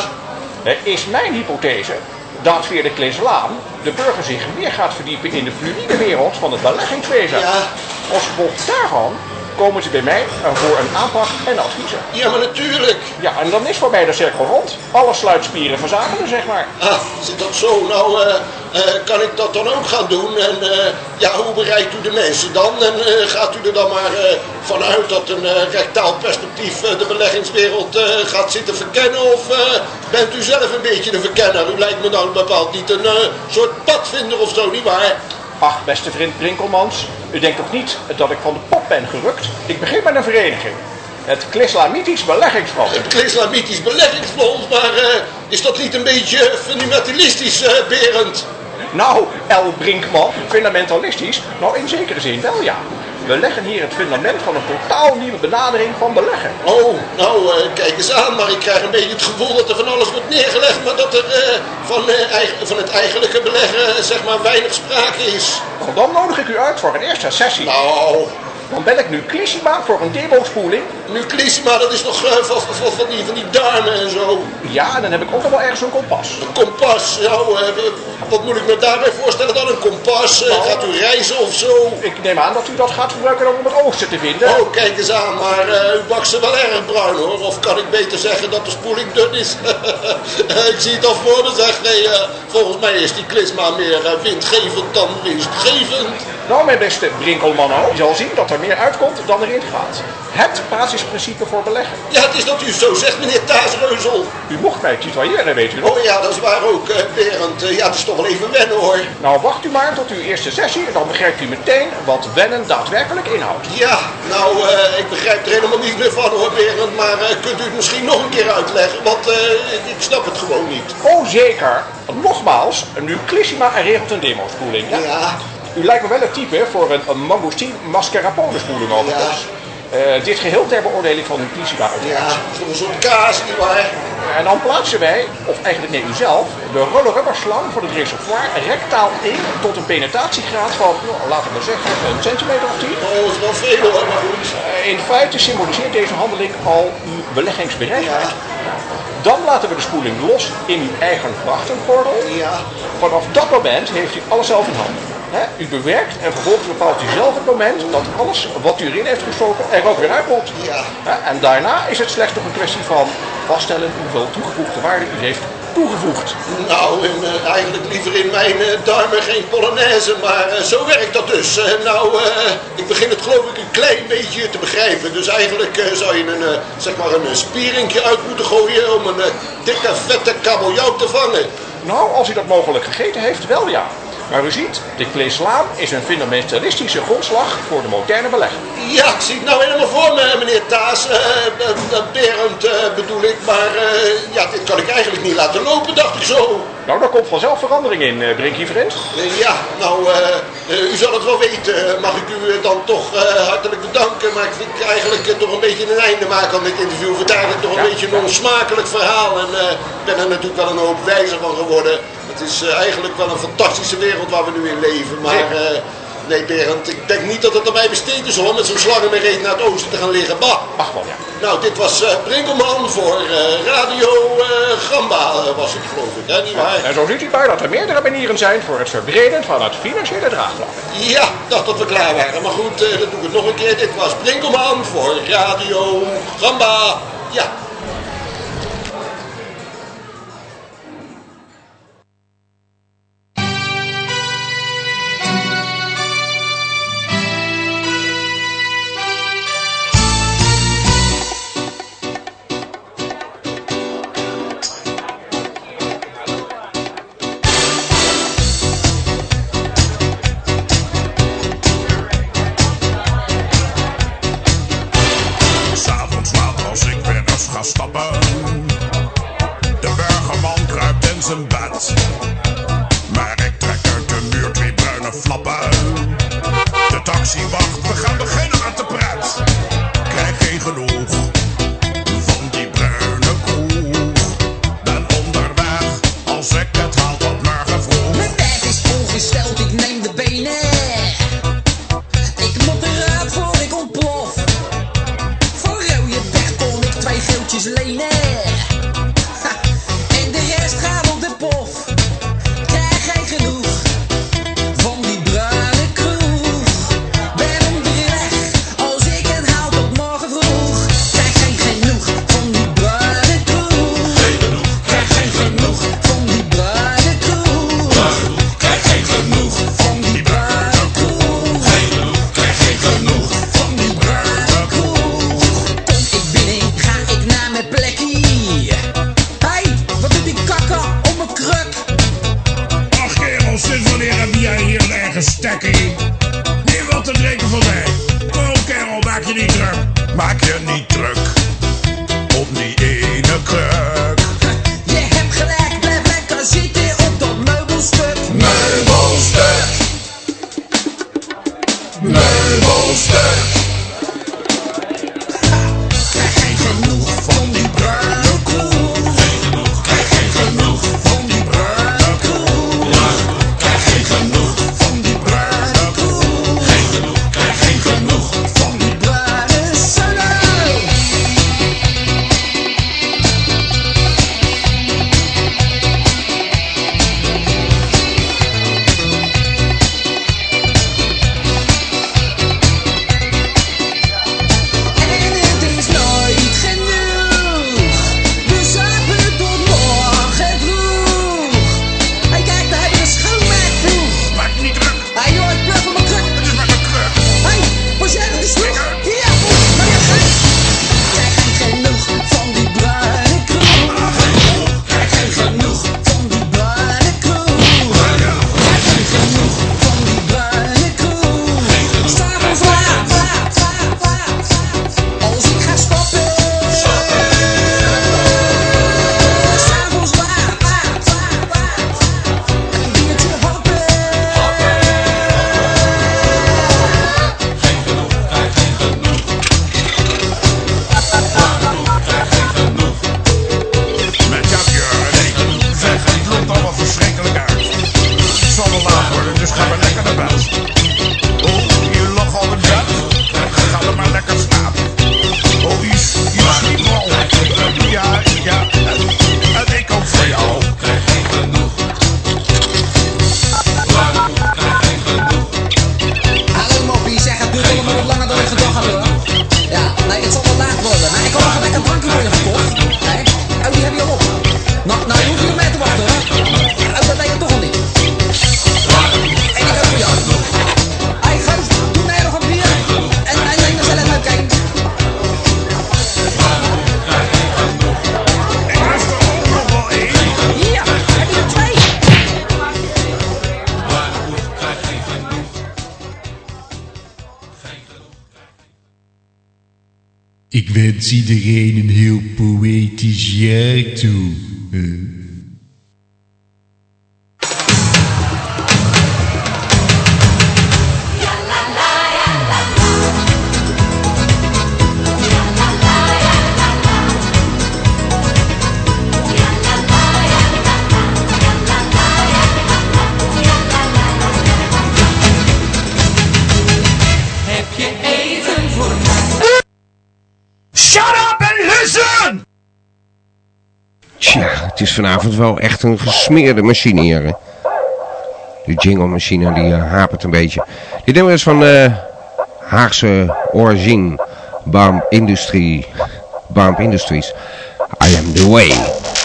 Speaker 23: is mijn hypothese dat via de Kleeslaan de burger zich meer gaat verdiepen in de fluïde wereld van het beleggingswezen. Als gevolg daarvan komen ze bij mij voor een aanpak en adviezen.
Speaker 4: Ja, maar natuurlijk.
Speaker 23: Ja, en dan is voor mij de cirkel rond. Alle sluitspieren verzamelen, zeg maar.
Speaker 4: Ah, zit dat zo? Nou, kan ik dat dan ook gaan doen? En ja, hoe bereikt u de mensen dan? En gaat u er dan maar vanuit dat een rectaal perspectief de beleggingswereld gaat zitten verkennen? Of bent u zelf een beetje de verkenner? U lijkt me dan bepaald niet een soort padvinder of zo, nietwaar?
Speaker 23: Ach, beste vriend Brinkelmans, u denkt toch niet dat ik van de pop ben gerukt? Ik begin met een vereniging. Het Klislamitisch Beleggingsfonds.
Speaker 4: Het Klislamitisch Beleggingsfonds, maar is dat niet een beetje fundamentalistisch, Berend?
Speaker 23: Nou, L. Brinkman, fundamentalistisch? Nou, in zekere zin wel, ja. We leggen hier het fundament van een totaal nieuwe benadering van beleggen.
Speaker 4: Oh, nou, kijk eens aan, maar ik krijg een beetje het gevoel dat er van alles wordt neergelegd, maar dat er van het eigenlijke beleggen, zeg maar, weinig sprake is.
Speaker 23: Nou, dan nodig ik u uit voor een eerste sessie.
Speaker 4: Nou...
Speaker 23: Dan bel ik Nuclissima voor een demo-spoeling.
Speaker 4: Nuclissima, dat is nog van die darmen en zo.
Speaker 23: Ja, en dan heb ik ook nog wel ergens een kompas.
Speaker 4: Een kompas? Nou, wat moet ik me daarbij voorstellen dan? Een kompas? Gaat u reizen of zo?
Speaker 23: Ik neem aan dat u dat gaat gebruiken om het oosten te vinden.
Speaker 4: Oh, kijk eens aan, maar u bakt ze wel erg bruin, hoor. Of kan ik beter zeggen dat de spoeling dun is? Ik zie het al voor me, zeg. Nee, volgens mij is die klisma meer windgevend dan winstgevend.
Speaker 23: Nou, mijn beste Brinkelmanno, je zal zien dat er meer uitkomt dan erin gaat. Het basisprincipe voor beleggen.
Speaker 4: Ja, het is dat u zo zegt, meneer Taasreuzel.
Speaker 23: U mocht mij tutoyeren, weet u nog?
Speaker 4: Oh ja, dat is waar ook, Berend. Ja, het is toch wel even wennen, hoor.
Speaker 23: Nou, wacht u maar tot uw eerste sessie en dan begrijpt u meteen wat wennen daadwerkelijk inhoudt.
Speaker 4: Ja, nou, ik begrijp er helemaal niet meer van, hoor, Berend. Maar kunt u het misschien nog een keer uitleggen? Want ik snap het gewoon niet.
Speaker 23: Oh, zeker. Nogmaals, Nuclissima regelt een demo-spoeling. Ja?
Speaker 4: Ja.
Speaker 23: U lijkt me wel het type voor een Mangosteen mascarpone spoeling overigens. Ja. Dit geheel ter beoordeling van Nuclissima uiteraard.
Speaker 4: Ja, voor een soort kaas, nietwaar?
Speaker 23: En dan plaatsen wij, of eigenlijk nee u zelf, de rollerubberslang voor het reservoir rectaal in tot een penetratiegraad van, nou, laten we zeggen, een centimeter of 10.
Speaker 4: Oh, dat is wel veel, hoor, maar goed.
Speaker 23: In feite symboliseert deze handeling al uw beleggingsbereidheid. Ja. Dan laten we de spoeling los in uw eigen grachtengordel.
Speaker 4: Ja.
Speaker 23: Vanaf dat moment heeft u alles zelf in handen. U bewerkt en vervolgens bepaalt u zelf het moment dat alles wat u erin heeft gestoken er ook weer uit moet.
Speaker 4: Ja.
Speaker 23: En daarna is het slechts nog een kwestie van vaststellen hoeveel toegevoegde waarde u heeft toegevoegd.
Speaker 4: Nou, eigenlijk liever in mijn darmen geen polonaise, maar zo werkt dat dus. Ik begin het geloof ik een klein beetje te begrijpen. Dus eigenlijk zou je een spieringje uit moeten gooien om een dikke vette kabeljauw te vangen.
Speaker 23: Nou, als u dat mogelijk gegeten heeft, wel ja. Maar u ziet, de kleeslaan is een fundamentalistische grondslag voor de moderne belegger.
Speaker 4: Ja, ik zie het nou helemaal voor me, meneer Taas. Berend bedoel ik, maar ja, dit kan ik eigenlijk niet laten lopen, dacht ik zo.
Speaker 23: Nou, daar komt vanzelf verandering in, Brinkie vriend.
Speaker 4: Ja, nou, u zal het wel weten. Mag ik u dan toch hartelijk bedanken. Maar ik vind eigenlijk toch een beetje een einde maken aan dit interview. Het is eigenlijk toch een beetje een onsmakelijk verhaal. En ik ben er natuurlijk wel een hoop wijzer van geworden. Het is eigenlijk wel een fantastische wereld waar we nu in leven. Maar nee, Berend, ik denk niet dat het aan mij besteed is hoor. Met zo'n slang in mijn reet naar het oosten te gaan liggen. Bah!
Speaker 23: Ach wel, ja.
Speaker 4: Nou, dit was Brinkelman voor Radio Gamba was het geloof ik, hè? Niet waar?
Speaker 23: En zo ziet u bij dat er meerdere manieren zijn voor het verbreden van het financiële draagvlak.
Speaker 4: Ja, ik dacht dat we klaar waren. Maar goed, dan doe ik het nog een keer. Dit was Brinkelman voor Radio Gamba. Ja.
Speaker 6: Meubelstuk.
Speaker 3: monster. Krijg geen genoeg van die bruine koe. Krijg geen genoeg van die bruine koe. Krijg geen genoeg van die bruine koe. Krijg geen genoeg van die bruine solo.
Speaker 22: Ik wens iedereen een heel poëtisch jaar toe.
Speaker 6: Heb je eten voor mij?
Speaker 3: Shut up and listen!
Speaker 1: Tja, het is vanavond wel echt een gesmeerde machine hier. Hè. De jingle machine die hapert een beetje. Dit nummer is van Haagse origine. Bump Industries. I am the way.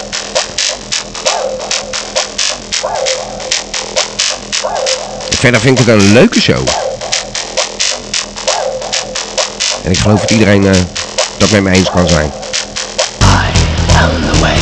Speaker 1: Verder vind ik het een leuke show. En ik geloof dat iedereen dat met me eens kan zijn.
Speaker 6: I am the way.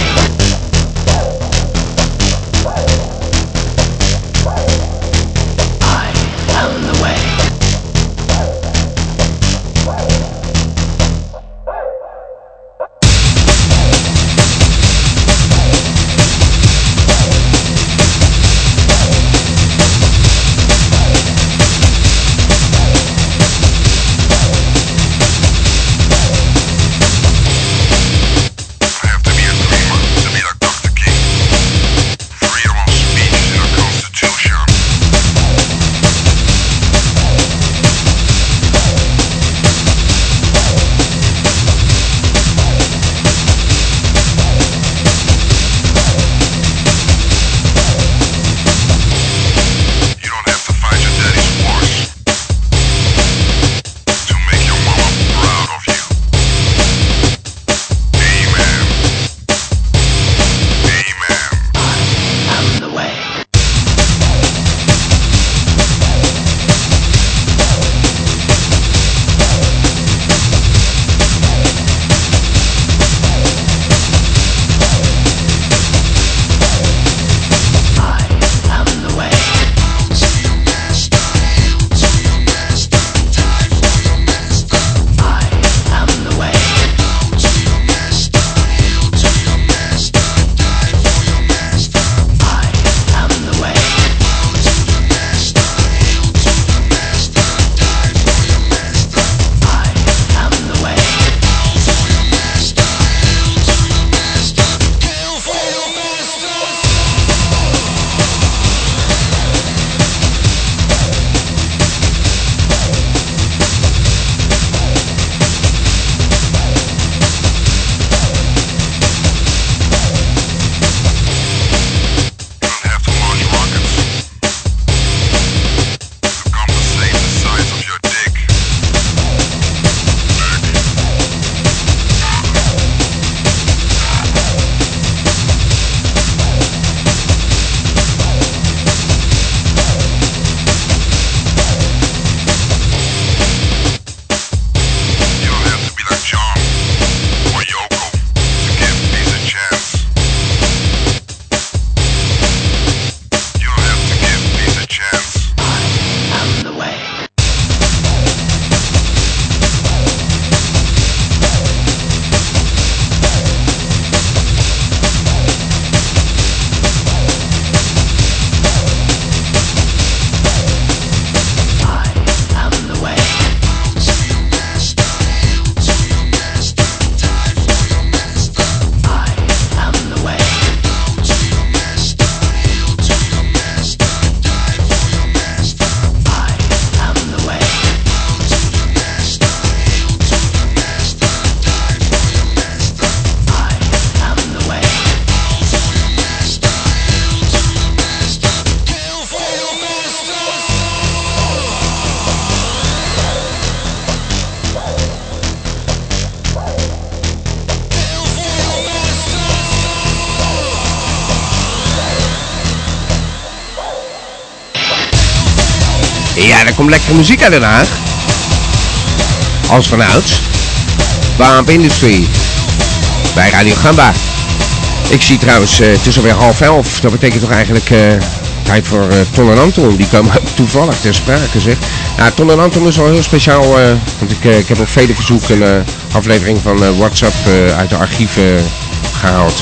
Speaker 1: Ja, er komt lekkere muziek uit Den Haag. Als vanouds. Bump Industry. Bij Radio Gamba. Ik zie trouwens, het is alweer 10:30. Dat betekent toch eigenlijk tijd voor Ton en Anton. Die komen toevallig ter sprake, zeg. Nou, Ton en Anton is wel heel speciaal. Want ik heb op vele verzoeken een aflevering van WhatsApp uit de archieven gehaald.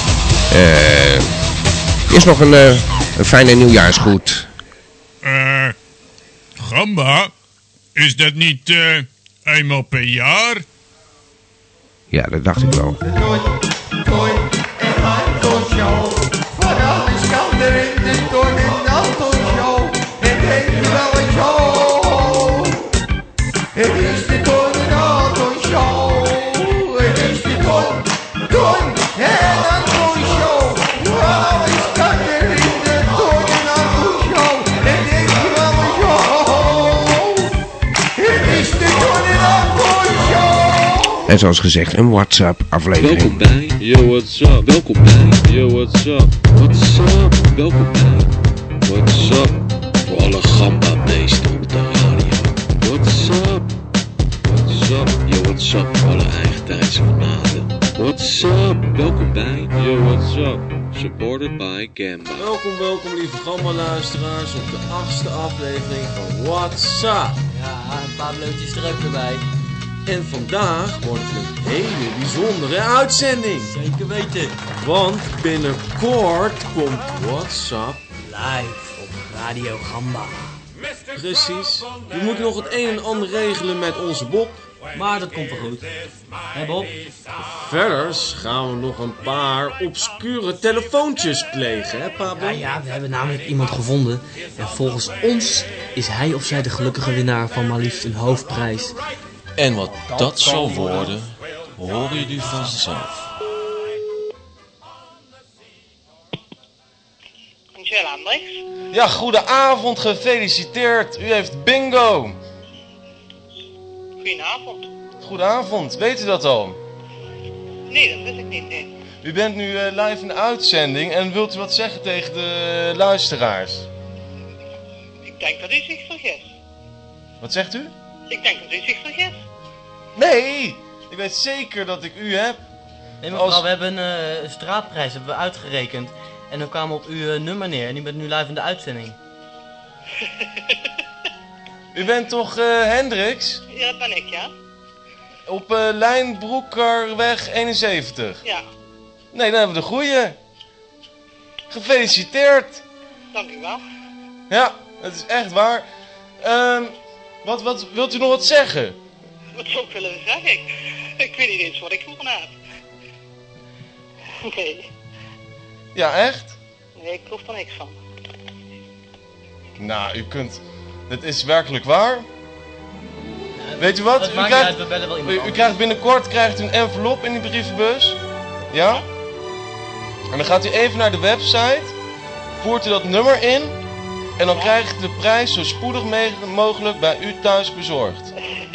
Speaker 1: Is nog een fijne nieuwjaarsgroet.
Speaker 8: Gamba? Is dat niet eenmaal per jaar?
Speaker 1: Ja, dat dacht ik wel.
Speaker 3: Van alles kan er in de Ton en Anton show. Het heet nu wel een show. Het is de Ton en Anton show. Het is de Ton en Anton show. Van alles kan er in de Ton en Anton show. Het heet nu wel een show. Het is de Ton en Anton show.
Speaker 1: En zoals gezegd, een WhatsApp-aflevering.
Speaker 10: Welkom bij Yo What's Up. Welkom bij Yo What's Up. What's up? Welkom bij What's Up. Voor alle gamba-beesten op de radio. What's up? What's up? Yo What's Up voor alle eigentijdse fanaten. What's up? Welkom bij Yo What's Up. Supported by Gamba.
Speaker 11: Welkom lieve gamba-luisteraars op de 8e aflevering van What's Up.
Speaker 24: Ja, een paar bleutjes er ook weer bij.
Speaker 11: En vandaag wordt het een hele bijzondere uitzending.
Speaker 24: Zeker weten.
Speaker 11: Want binnenkort komt What's Up
Speaker 24: live op Radio Gamba.
Speaker 11: Precies. We moeten nog het een en ander regelen met onze Bob.
Speaker 24: Maar dat komt wel goed. Hé Bob?
Speaker 11: Verder gaan we nog een paar obscure telefoontjes plegen, hè Pablo?
Speaker 24: Ja, we hebben namelijk iemand gevonden. En volgens ons is hij of zij de gelukkige winnaar van maar liefst een hoofdprijs.
Speaker 11: En wat dat zal worden, horen jullie vanzelf.
Speaker 25: Angela Hendricks.
Speaker 11: Ja, goedenavond, gefeliciteerd. U heeft bingo.
Speaker 25: Goedenavond.
Speaker 11: Goedenavond, weet u dat al?
Speaker 25: Nee, dat wist ik niet, nee.
Speaker 11: U bent nu live in de uitzending en wilt u wat zeggen tegen de luisteraars?
Speaker 25: Ik denk dat u zich vergist.
Speaker 11: Wat zegt u?
Speaker 25: Ik denk dat u zich vergist.
Speaker 11: Nee, ik weet zeker dat ik u heb.
Speaker 24: Nee mevrouw, we hebben een straatprijs hebben we uitgerekend. En dan kwamen we op uw nummer neer en u bent nu live in de uitzending.
Speaker 11: U bent toch Hendricks?
Speaker 25: Ja, dat ben ik, ja.
Speaker 11: Op Lijnbroekerweg 71?
Speaker 25: Ja.
Speaker 11: Nee, dan hebben we de goeie. Gefeliciteerd.
Speaker 25: Dank u wel.
Speaker 11: Ja, het is echt waar. Wat wilt u nog wat zeggen?
Speaker 25: Wat zou ik willen zeggen? Ik weet niet eens wat ik voor heb. Nee.
Speaker 11: Ja, echt?
Speaker 25: Nee, ik geloof er niks van.
Speaker 11: Nou, u kunt... Het is werkelijk waar. Weet u wat? U krijgt binnenkort een envelop in die brievenbus. Ja? En dan gaat u even naar de website. Voert u dat nummer in. En dan krijgt u de prijs zo spoedig mogelijk bij u thuis bezorgd.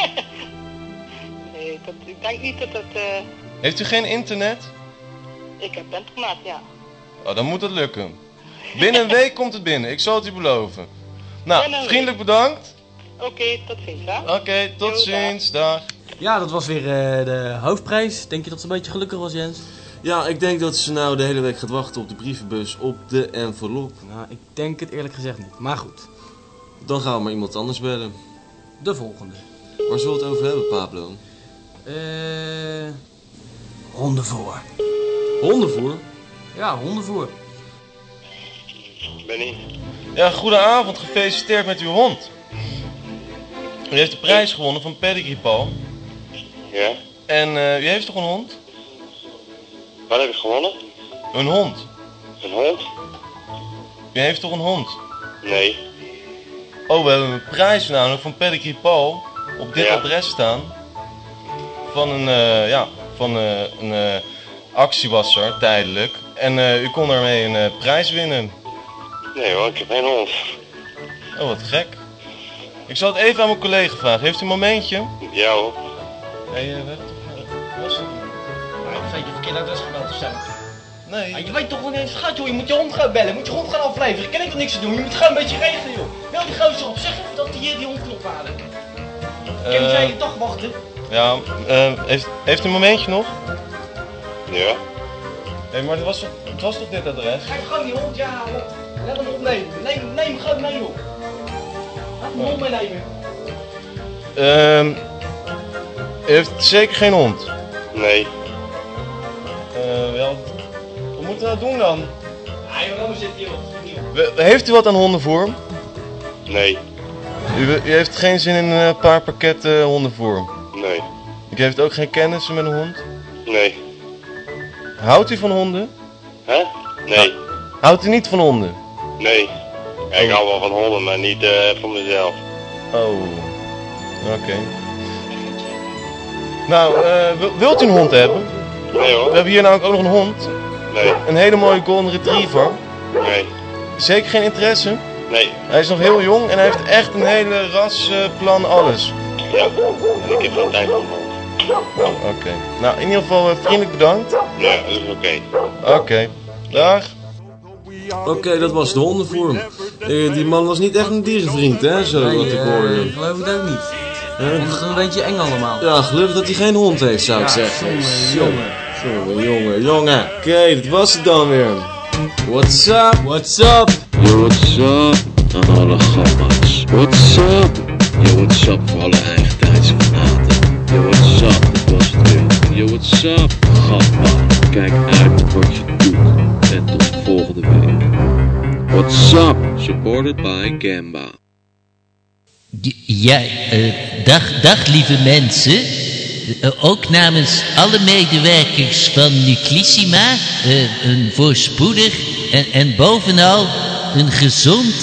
Speaker 25: Nee, ik denk niet dat het...
Speaker 11: Heeft u geen internet?
Speaker 25: Ik heb internet, ja.
Speaker 11: Oh, dan moet het lukken. Binnen een week komt het binnen, ik zal het u beloven. Nou, vriendelijk bedankt.
Speaker 25: Oké, tot ziens, hè.
Speaker 11: Oké, tot ziens, dag.
Speaker 24: Ja, dat was weer de hoofdprijs. Denk je dat ze een beetje gelukkig was, Jens?
Speaker 11: Ja, ik denk dat ze nou de hele week gaat wachten op de brievenbus, op de envelop.
Speaker 24: Nou, ik denk het eerlijk gezegd niet, maar goed.
Speaker 11: Dan gaan we maar iemand anders bellen.
Speaker 24: De volgende.
Speaker 11: Waar zullen we het over hebben, Pablo?
Speaker 24: Hondenvoer.
Speaker 11: Hondenvoer?
Speaker 24: Ja, hondenvoer.
Speaker 25: Benny.
Speaker 11: Ja, goedenavond. Gefeliciteerd met uw hond. U heeft de prijs gewonnen van Pedigree Paul.
Speaker 25: Ja?
Speaker 11: En u heeft toch een hond?
Speaker 25: Wat heb ik gewonnen?
Speaker 11: Een hond.
Speaker 25: Een hond?
Speaker 11: U heeft toch een hond?
Speaker 25: Nee.
Speaker 11: Oh, we hebben een prijs namelijk van Pedigree Paul op dit adres staan. Van een actiewasser, tijdelijk. En u kon daarmee een prijs winnen.
Speaker 25: Nee hoor, ik heb geen hond.
Speaker 11: Oh, wat gek. Ik zal het even aan mijn collega vragen. Heeft u een momentje?
Speaker 25: Ja hoor.
Speaker 11: Hey, we hebben toch...
Speaker 24: Heeft je verkeerd adres gebeld of zo?
Speaker 11: Nee.
Speaker 24: Ja, je weet toch wel niet eens gaat, joh. Je moet je hond gaan bellen. Moet je hond gaan afleveren. Kan ik toch niks te doen. Je moet gewoon een beetje regelen, joh. Wel die gozer op. Zeg even dat hij die hond kan ophalen. Kan je hele dag wachten?
Speaker 11: Ja, heeft u een momentje nog?
Speaker 2: Ja.
Speaker 11: Hé, maar het was toch dit adres?
Speaker 24: Ga je gewoon die hond halen. Laat hem opnemen. Neem hem gewoon mee, joh. Laat hem hond meenemen.
Speaker 11: U heeft zeker geen hond?
Speaker 2: Nee.
Speaker 11: Wel. Wat moeten we nou doen dan?
Speaker 24: Ja, joh, dan zit hij, joh.
Speaker 11: Heeft u wat aan hondenvoer?
Speaker 2: Nee.
Speaker 11: U heeft geen zin in een paar pakketten hondenvoer?
Speaker 2: Nee.
Speaker 11: U heeft ook geen kennissen met een hond?
Speaker 2: Nee.
Speaker 11: Houdt u van honden?
Speaker 2: Hè? Nee.
Speaker 11: Houdt u niet van honden?
Speaker 2: Nee. Ja, ik hou wel van honden, maar niet van mezelf.
Speaker 11: Oh. Oké. Nou, wilt u een hond hebben?
Speaker 2: Nee hoor.
Speaker 11: We hebben hier namelijk ook nog een hond.
Speaker 2: Nee.
Speaker 11: Een hele mooie golden retriever.
Speaker 2: Nee.
Speaker 11: Zeker geen interesse?
Speaker 2: Nee.
Speaker 11: Hij is nog heel jong en hij heeft echt een hele rasplan alles.
Speaker 2: Ja. En ik heb geen tijd voor een hond.
Speaker 11: Oké. Nou, in ieder geval vriendelijk bedankt.
Speaker 2: Ja, dat is oké.
Speaker 11: Oké. Dag.
Speaker 12: Oké, dat was de hondenvoer. Die man was niet echt een dierenvriend, hè, zo wat ik hoorde.
Speaker 24: Ik geloof het ook niet. Ik vond het een beetje eng allemaal.
Speaker 12: Ja, gelukkig dat hij geen hond heeft, zou ik zeggen. Jongen. Oké, dat was het dan weer. What's up?
Speaker 10: What's up? Yo, what's up? Aan alle gamma's. What's up? Yo, what's up voor alle eigentijdse fanaten. Yo, what's up? Dat was het weer. Yo, what's up? Gamma. Kijk uit wat je doet. En tot volgende week. What's up? Supported by Gamba.
Speaker 7: Ja, dag lieve mensen. Ook namens alle medewerkers van Nuclissima een voorspoedig en bovenal een gezond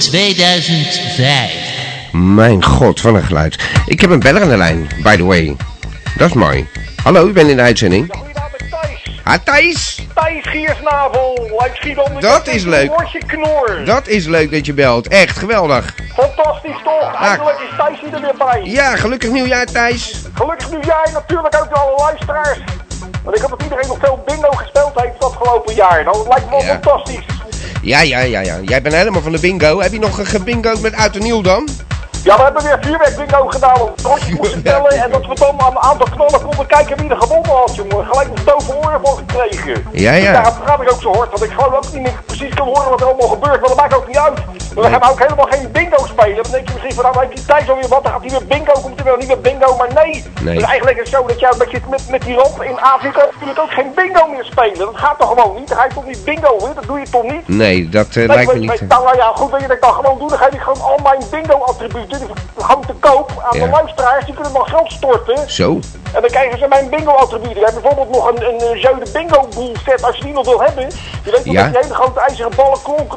Speaker 7: 2005.
Speaker 1: Mijn god, wat een geluid. Ik heb een beller aan de lijn, by the way. Dat is mooi. Hallo, u bent in de uitzending. Ah, Thijs!
Speaker 23: Thijs Giersnavel, Luik Schiedam.
Speaker 1: Dat is leuk.
Speaker 23: Knor.
Speaker 1: Dat is leuk dat je belt. Echt, geweldig.
Speaker 23: Fantastisch toch? Eindelijk is Thijs hier er weer bij.
Speaker 1: Ja, gelukkig nieuwjaar Thijs.
Speaker 23: Gelukkig nieuwjaar natuurlijk ook alle luisteraars. Want ik hoop dat iedereen nog veel bingo gespeeld heeft het afgelopen jaar. Dat lijkt me wel fantastisch.
Speaker 1: Ja. Jij bent helemaal van de bingo. Heb je nog een gebingo'd met Oud en Nieuw dan?
Speaker 23: Ja, we hebben weer vuurwerk bingo gedaan. Op rondjes moesten tellen en dat we dan aan een aantal knallen konden kijken wie er gewonnen had, jongen. Gelijk een stoven oren voor gekregen.
Speaker 1: Ja.
Speaker 23: Dus daarom praat ik ook zo hard, want ik geloof ook niet meer precies kan horen wat er allemaal gebeurt. Maar dat maakt ook niet uit. Maar we gaan ook helemaal geen bingo spelen. Dan denk je misschien van, nou heeft die Thijs alweer wat, dan gaat hij weer bingo, komt er wel niet meer bingo. Maar nee. Dus eigenlijk is het zo dat jij met die ramp in Afrika natuurlijk ook geen bingo meer spelen. Dat gaat toch gewoon niet? Dan ga je toch niet bingo weer? Dat doe je toch niet?
Speaker 1: Nee, dat lijkt me niet.
Speaker 23: Nou ja, goed, weet je dat ik dan gewoon doe, dan geef ik gewoon al mijn bingo attributen. Gewoon te koop aan de luisteraars, die kunnen dan geld storten.
Speaker 1: Zo.
Speaker 23: En dan krijgen ze mijn bingo attributen. Je hebt bijvoorbeeld nog een Jeu de bingo boel set als je die nog wil hebben. Je weet nog dat die hele grote ijzeren ballen klonken.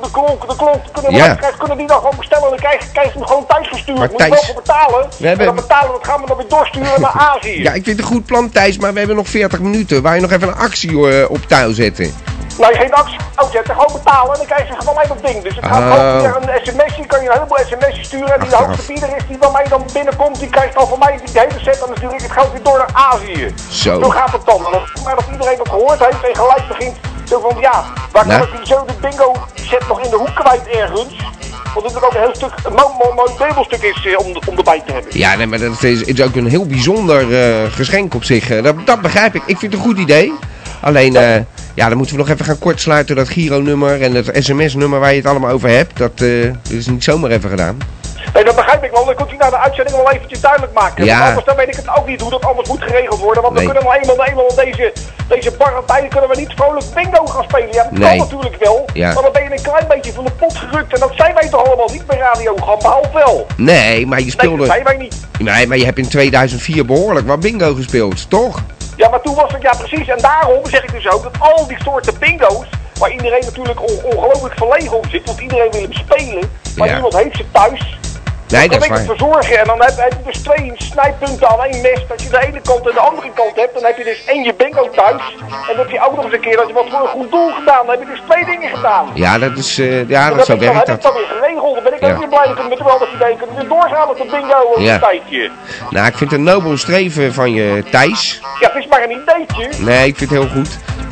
Speaker 23: Kunnen die dan gewoon bestellen en dan krijg je hem gewoon thuis gestuurd. Moet je wel voor betalen. En dan betalen, dat gaan we dan weer doorsturen naar Azië.
Speaker 1: Ja, ik vind het een goed plan Thijs, maar we hebben nog 40 minuten. Waar je nog even een actie op touw zetten.
Speaker 23: Nou, geen actie uitzetten, gewoon betalen en dan krijg je gewoon dat ding. Dus het gaat gewoon via een sms'je, kan je een heleboel sms'jes sturen en die de hoogste bieder is die bij mij dan binnenkomt, die krijgt dan van mij die hele set en dan stuur ik het geld weer door naar Azië. Zo gaat het dan. Maar dat iedereen dat gehoord heeft en gelijk begint zo van, ja, waar kan ik die zo de bingo set nog in de hoek kwijt ergens? Want het is ook een heel stuk, een mooi meubelstuk is om erbij te hebben.
Speaker 1: Ja, nee, maar dat is ook een heel bijzonder geschenk op zich. Dat begrijp ik. Ik vind het een goed idee. Alleen, dan moeten we nog even gaan kortsluiten dat Giro-nummer en het sms-nummer waar je het allemaal over hebt. Dat is niet zomaar even gedaan.
Speaker 23: Nee, dat begrijp ik wel. Dan kunt u naar de uitzending wel eventjes duidelijk maken. Ja. Want anders dan weet ik het ook niet hoe dat anders moet geregeld worden. Want we kunnen nou eenmaal deze barre tijden kunnen we niet vrolijk bingo gaan spelen. Ja, dat kan natuurlijk wel. Ja. Maar dan ben je een klein beetje van de pot gerukt. En dat zijn wij toch allemaal niet bij Radio Gamba, half wel.
Speaker 1: Nee, maar je speelde...
Speaker 23: Nee, dat zijn wij niet.
Speaker 1: Nee, maar je hebt in 2004 behoorlijk wat bingo gespeeld, toch?
Speaker 23: Ja, maar toen was het, ja precies. En daarom zeg ik dus ook dat al die soorten bingo's, waar iedereen natuurlijk ongelooflijk verlegen om zit, want iedereen wil hem spelen, maar niemand heeft ze thuis.
Speaker 1: Nee,
Speaker 23: dat is waar. Dan kan ik het verzorgen en dan heb je dus 2 snijpunten aan één mes. Dat je de ene kant en de andere kant hebt, dan heb je dus je bingo thuis. En dan heb je ook nog eens een keer dat je wat voor een goed doel gedaan. Dan heb je dus 2 dingen gedaan.
Speaker 1: Ja, dat is, dat zo werkt dat.
Speaker 23: Dan heb ik dat weer geregeld. Dan ben ik ook weer blij dat we met wel dat idee kunnen weer doorgaan met de bingo een tijdje.
Speaker 1: Nou, ik vind het een nobel streven van je, Thijs.
Speaker 23: Ja, het is maar een ideetje.
Speaker 1: Nee, ik vind het heel goed.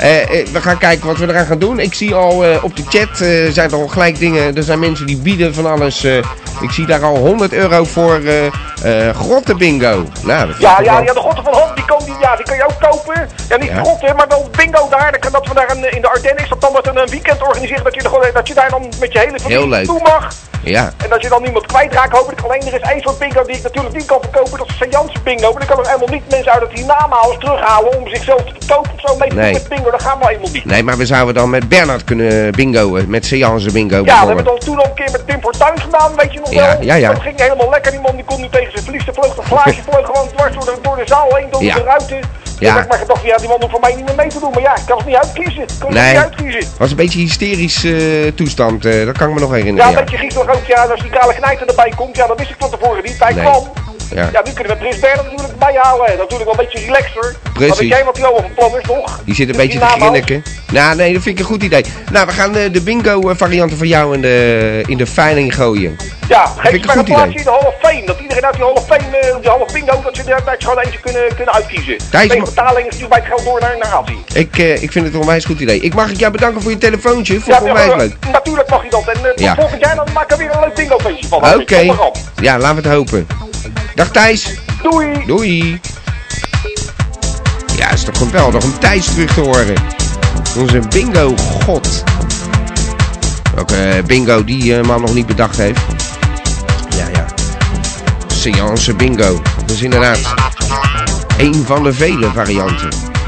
Speaker 1: We gaan kijken wat we eraan gaan doen. Ik zie al op de chat zijn er al gelijk dingen. Er zijn mensen die bieden van alles. Ik zie daar al €100 voor grottenbingo. Nou, dat
Speaker 23: de grotten van Hand, die kan je ook kopen. Ja, niet grotten, maar wel bingo daar. Dat we daar in de Ardennen is dat dan met een weekend organiseren. Dat je daar dan met je hele familie naartoe mag.
Speaker 1: Ja.
Speaker 23: En dat je dan niemand kwijtraakt, hopelijk. Alleen er is één soort bingo die ik natuurlijk niet kan verkopen. Dat is St. Janse bingo. Maar dan kan er helemaal niet mensen uit het hiernamaals terughalen om zichzelf te verkopen of zo. Mee te doen met bingo, dat gaan we helemaal niet.
Speaker 1: Nee, maar we zouden dan met Bernard kunnen bingoen. Met Seance bingo.
Speaker 23: Ja, dat hebben we toen al een keer met Tim Fortuyn gedaan, weet je nog wel.
Speaker 1: Ja.
Speaker 23: Dat ging helemaal lekker. Die man die kon nu tegen zijn verlies. Er vloog een glaasje vloog gewoon dwars door de zaal heen, door de ruiten. Ja. Ik maar gedacht, die man hoeft voor mij niet meer mee te doen. Maar ja, ik kan het niet uitkiezen. Het was
Speaker 1: een beetje een hysterische toestand. Dat kan ik me nog herinneren.
Speaker 23: Ja, een beetje griezelig ook. Ja, als die kale knijter erbij komt. Ja, dat wist ik van tevoren niet. Hij kwam. Ja, nu kunnen we Prins Bernhard natuurlijk bijhalen. Natuurlijk wel een beetje relaxer.
Speaker 1: Precies.
Speaker 23: Maar weet jij wat hij allemaal van plan is nog?
Speaker 1: Die zit een beetje te grinniken. Nou, nee, dat vind ik een goed idee. Nou, we gaan de bingo varianten van jou in de veiling gooien.
Speaker 23: Ja, geef je maar een plaatsje in de Hall of Fame. Dat iedereen uit die Hall of Fame, die Hall of Bingo, dat ze daar gewoon eentje kunnen uitkiezen. Twee betalingen stuurt bij het geld door naar Azië.
Speaker 1: Ik vind het een onwijs goed idee. Ik mag jou bedanken voor je telefoontje. Vond ik onwijs leuk.
Speaker 23: Natuurlijk mag je dat. En tot volgend jaar dan maken we weer een leuk bingo feestje van.
Speaker 1: Oké. Ja, laten we het hopen. Dag Thijs.
Speaker 23: Doei.
Speaker 1: Doei. Ja, is toch geweldig om Thijs terug te horen. Onze bingo god. Welke bingo die man nog niet bedacht heeft. Ja. Seance bingo. Dat is inderdaad een van de vele varianten.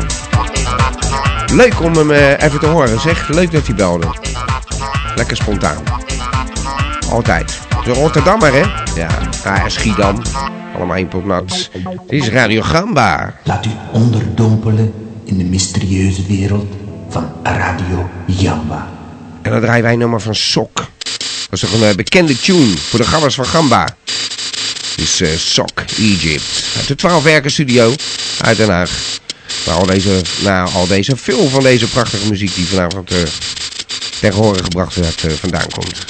Speaker 1: Leuk om hem even te horen, zeg. Leuk dat hij belde. Lekker spontaan. Altijd. De Rotterdammer, hè? Ja, Schiedam. Allemaal één pot nat. Dit is Radio Gamba.
Speaker 21: Laat u onderdompelen in de mysterieuze wereld van Radio Jamba.
Speaker 1: En dan draaien wij nummer van Sok. Dat is toch een bekende tune voor de gabbers van Gamba. Dit is Sok, Egypt. Uit de 12-werken studio uit Den Haag. Waar veel van deze prachtige muziek die vanavond ter horen gebracht werd vandaan komt.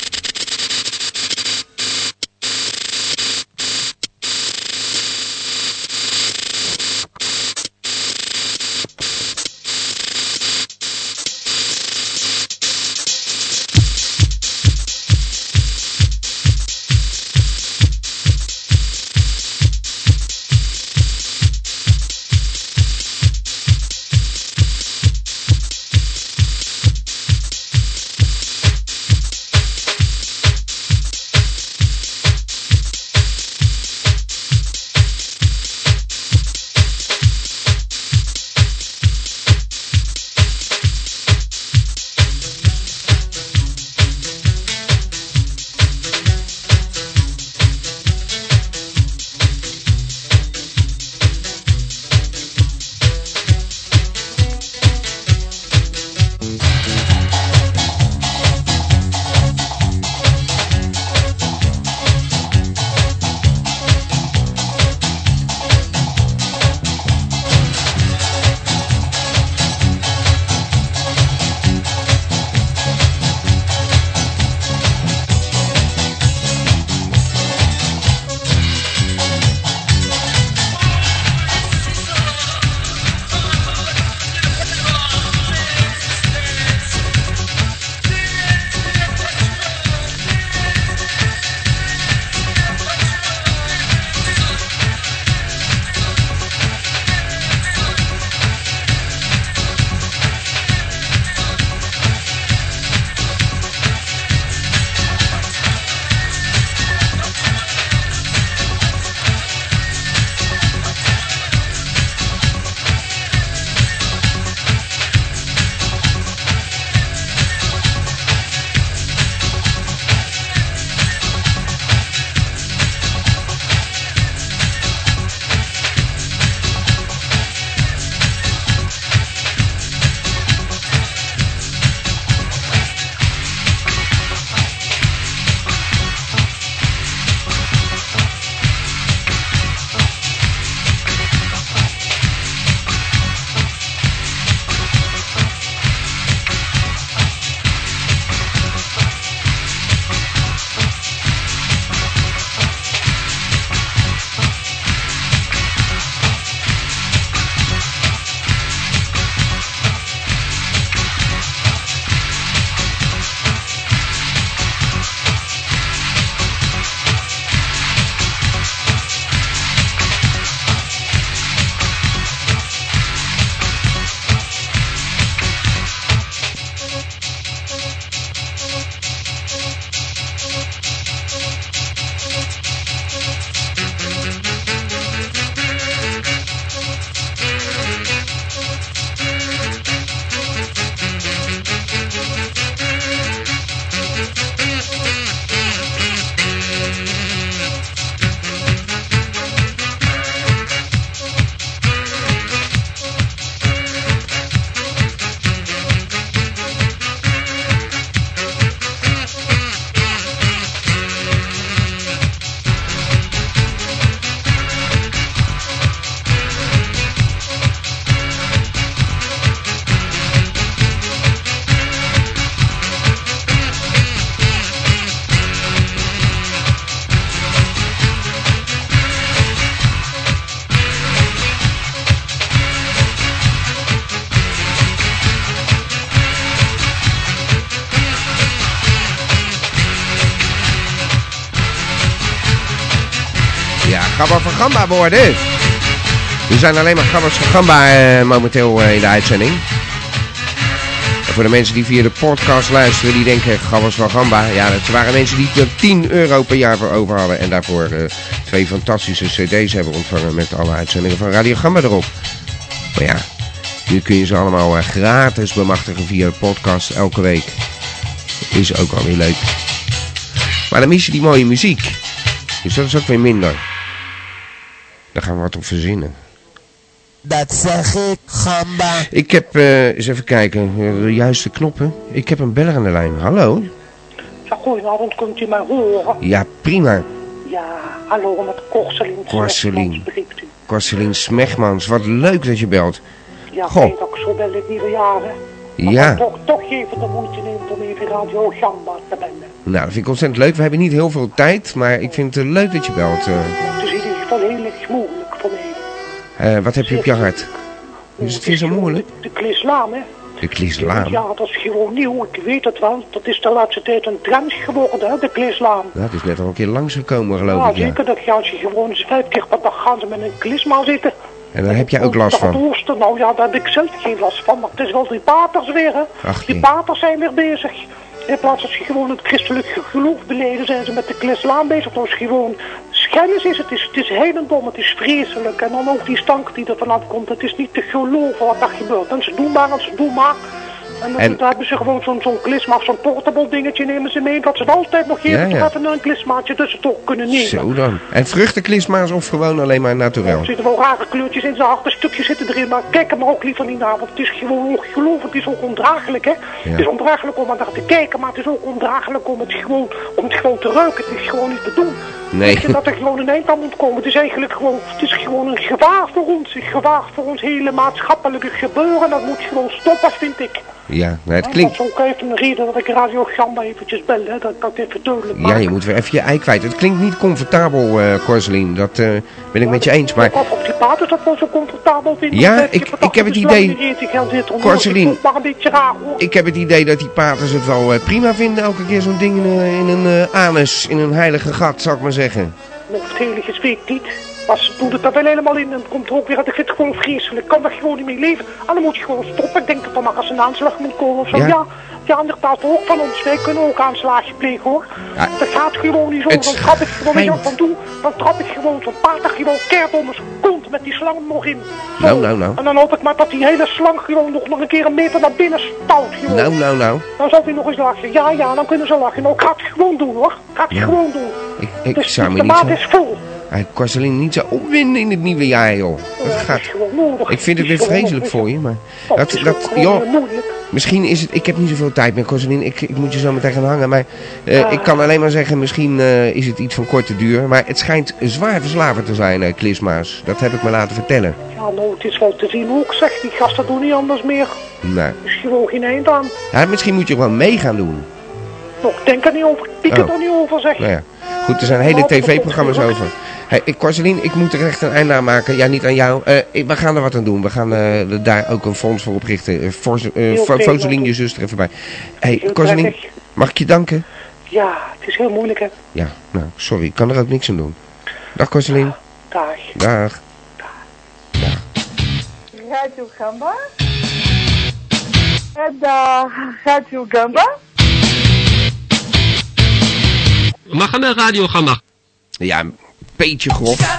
Speaker 1: Ja, Gabber van Gamba worden. Er zijn alleen maar Gabbers van Gamba momenteel in de uitzending. En voor de mensen die via de podcast luisteren, die denken Gabbers van Gamba. Ja, dat waren mensen die er €10 per jaar voor over hadden. En daarvoor 2 fantastische cd's hebben ontvangen met alle uitzendingen van Radio Gamba erop. Maar ja, nu kun je ze allemaal gratis bemachtigen via de podcast elke week. Is ook alweer leuk. Maar dan mis je die mooie muziek. Dus dat is ook weer minder. Daar gaan we wat op verzinnen.
Speaker 21: Dat zeg ik, Gamba.
Speaker 1: Ik heb, eens even kijken, de juiste knoppen. Ik heb een beller aan de lijn. Hallo?
Speaker 13: Ja, goedenavond, kunt u mij horen?
Speaker 1: Ja, prima.
Speaker 13: Ja, hallo, met Corselien.
Speaker 1: Corselien Smegmans, wat leuk dat je belt.
Speaker 13: Ja,
Speaker 1: Goh.
Speaker 13: weet dat ik zo bel het nieuwe jaar, hè?
Speaker 1: Ja.
Speaker 13: Toch even de moeite neemt om even Radio Gamba te bellen.
Speaker 1: Nou, dat vind ik ontzettend leuk. We hebben niet heel veel tijd, maar ik vind het leuk dat je belt.
Speaker 13: Het is in ieder geval heel erg moeilijk voor mij.
Speaker 1: Wat heb je op je hart? Is het weer zo moeilijk?
Speaker 13: De Klislaan, hè?
Speaker 1: De Klislaan?
Speaker 13: Ja, dat is gewoon nieuw, ik weet het wel. Dat is de laatste tijd een trend geworden, hè, de Klislaan.
Speaker 1: Nou, het is net al een keer langsgekomen, geloof ik, ja.
Speaker 13: Zeker, dat gaan ze gewoon eens 5 keer per dag gaan ze met een klisma zitten.
Speaker 1: En daar heb jij ook last van?
Speaker 13: Nou ja, daar heb ik zelf geen last van, maar het is wel die paters weer, hè.
Speaker 1: Ach,
Speaker 13: die paters zijn weer bezig. In plaats dat ze gewoon het christelijk geloof beleden, zijn ze met de Klislaan bezig. Dat is gewoon schennis is het. Het is helendom, het is vreselijk. En dan ook die stank die er vanaf komt. Het is niet te geloven wat daar gebeurt. En ze doen maar. En dan hebben ze gewoon zo'n klisma, zo'n portable dingetje nemen ze mee. Dat ze het altijd nog geven. Ja. Even een klismaatje dus ze toch kunnen nemen.
Speaker 1: Zo dan. En vruchtenklisma's of gewoon alleen maar naturel?
Speaker 13: Er zitten wel rare kleurtjes in, zijn harde stukjes zitten erin. Maar kijk er maar ook liever niet naar. Want het is gewoon ongelooflijk. Het is ook ondraaglijk, hè. Ja. Het is ondraaglijk om naar te kijken. Maar het is ook ondraaglijk om het gewoon te ruiken. Het is gewoon niet te doen.
Speaker 1: Nee.
Speaker 13: Weet je dat er gewoon een eind aan moet komen. Het is eigenlijk gewoon, een gevaar voor ons. Een gevaar voor ons hele maatschappelijke gebeuren. Dat moet gewoon stoppen, vind ik.
Speaker 1: Ja, nou, het klinkt...
Speaker 13: Dat is ook even een reden dat ik Radio Gamba eventjes bel, hè. Dat kan ik even duidelijk maken.
Speaker 1: Ja, je moet weer even je ei kwijt. Het klinkt niet comfortabel, Corselien. Dat ben ik met je eens, maar...
Speaker 13: Of op die paters dat wel zo comfortabel vinden.
Speaker 1: Ja, ik heb het idee... Corselien, ik heb het idee dat die paters het wel prima vinden. Elke keer zo'n ding in een anus, in een heilige gat, zou ik maar zeggen.
Speaker 13: Nog het heilige weet ik niet. Maar ze doen het daar wel helemaal in en het komt er ook weer uit. Ik vind het gewoon vreselijk. Ik kan er gewoon niet mee leven. En dan moet je gewoon stoppen. Ik denk dat er maar eens een aanslag moet komen of zo. Ja, inderdaad ook van ons. Wij kunnen ook aanslagen plegen, hoor. Ja. Dat gaat gewoon niet zo. Dan trap ik gewoon, weet je wat ik dan doe? Dan trap ik gewoon zo'n pater gewoon keert om zijn kont met die slang nog in. Zo.
Speaker 1: Nou.
Speaker 13: En dan hoop ik maar dat die hele slang gewoon nog een keer een meter naar binnen stout. Gewoon.
Speaker 1: Nou.
Speaker 13: Dan zal hij nog eens lachen. Ja, dan kunnen ze lachen. Nou, ik ga het gewoon doen, hoor. Ik ga het gewoon doen.
Speaker 1: Ik
Speaker 13: dus
Speaker 1: zou me
Speaker 13: de
Speaker 1: niet
Speaker 13: maat is vol.
Speaker 1: Corselien, niet zo opwinden in het nieuwe jaar, joh. Dat gaat... Ik vind het weer vreselijk voor je, maar... Misschien is het... Ik heb niet zoveel tijd meer, Corselien. Ik moet je zo meteen gaan hangen, maar... ik kan alleen maar zeggen, misschien is het iets van korte duur. Maar het schijnt zwaar verslavend te zijn, klisma's. Dat heb ik me laten vertellen.
Speaker 13: Ja, nou, het is wel te zien ook, zeg. Die gasten doen niet anders meer.
Speaker 1: Nee.
Speaker 13: Er is gewoon geen eind aan.
Speaker 1: Ja, misschien moet je gewoon mee gaan doen.
Speaker 13: Nog, denk er niet over. Piek er niet over, zeg.
Speaker 1: Nou ja. Goed, er zijn hele tv-programma's over. Hey, Corselien, ik moet er echt een einde aan maken. Ja, niet aan jou. We gaan er wat aan doen. We gaan daar ook een fonds voor oprichten. Foselien, je zuster, even bij. Hey, Corselien, mag ik je danken?
Speaker 13: Ja, het is heel moeilijk, hè.
Speaker 1: Ja, nou, sorry. Ik kan er ook niks aan doen. Dag, Corselien. Dag.
Speaker 14: Radio Gamba. Dag, Radio Gamba.
Speaker 15: Mag aan de Radio Gamba.
Speaker 1: Ja, een beetje grof.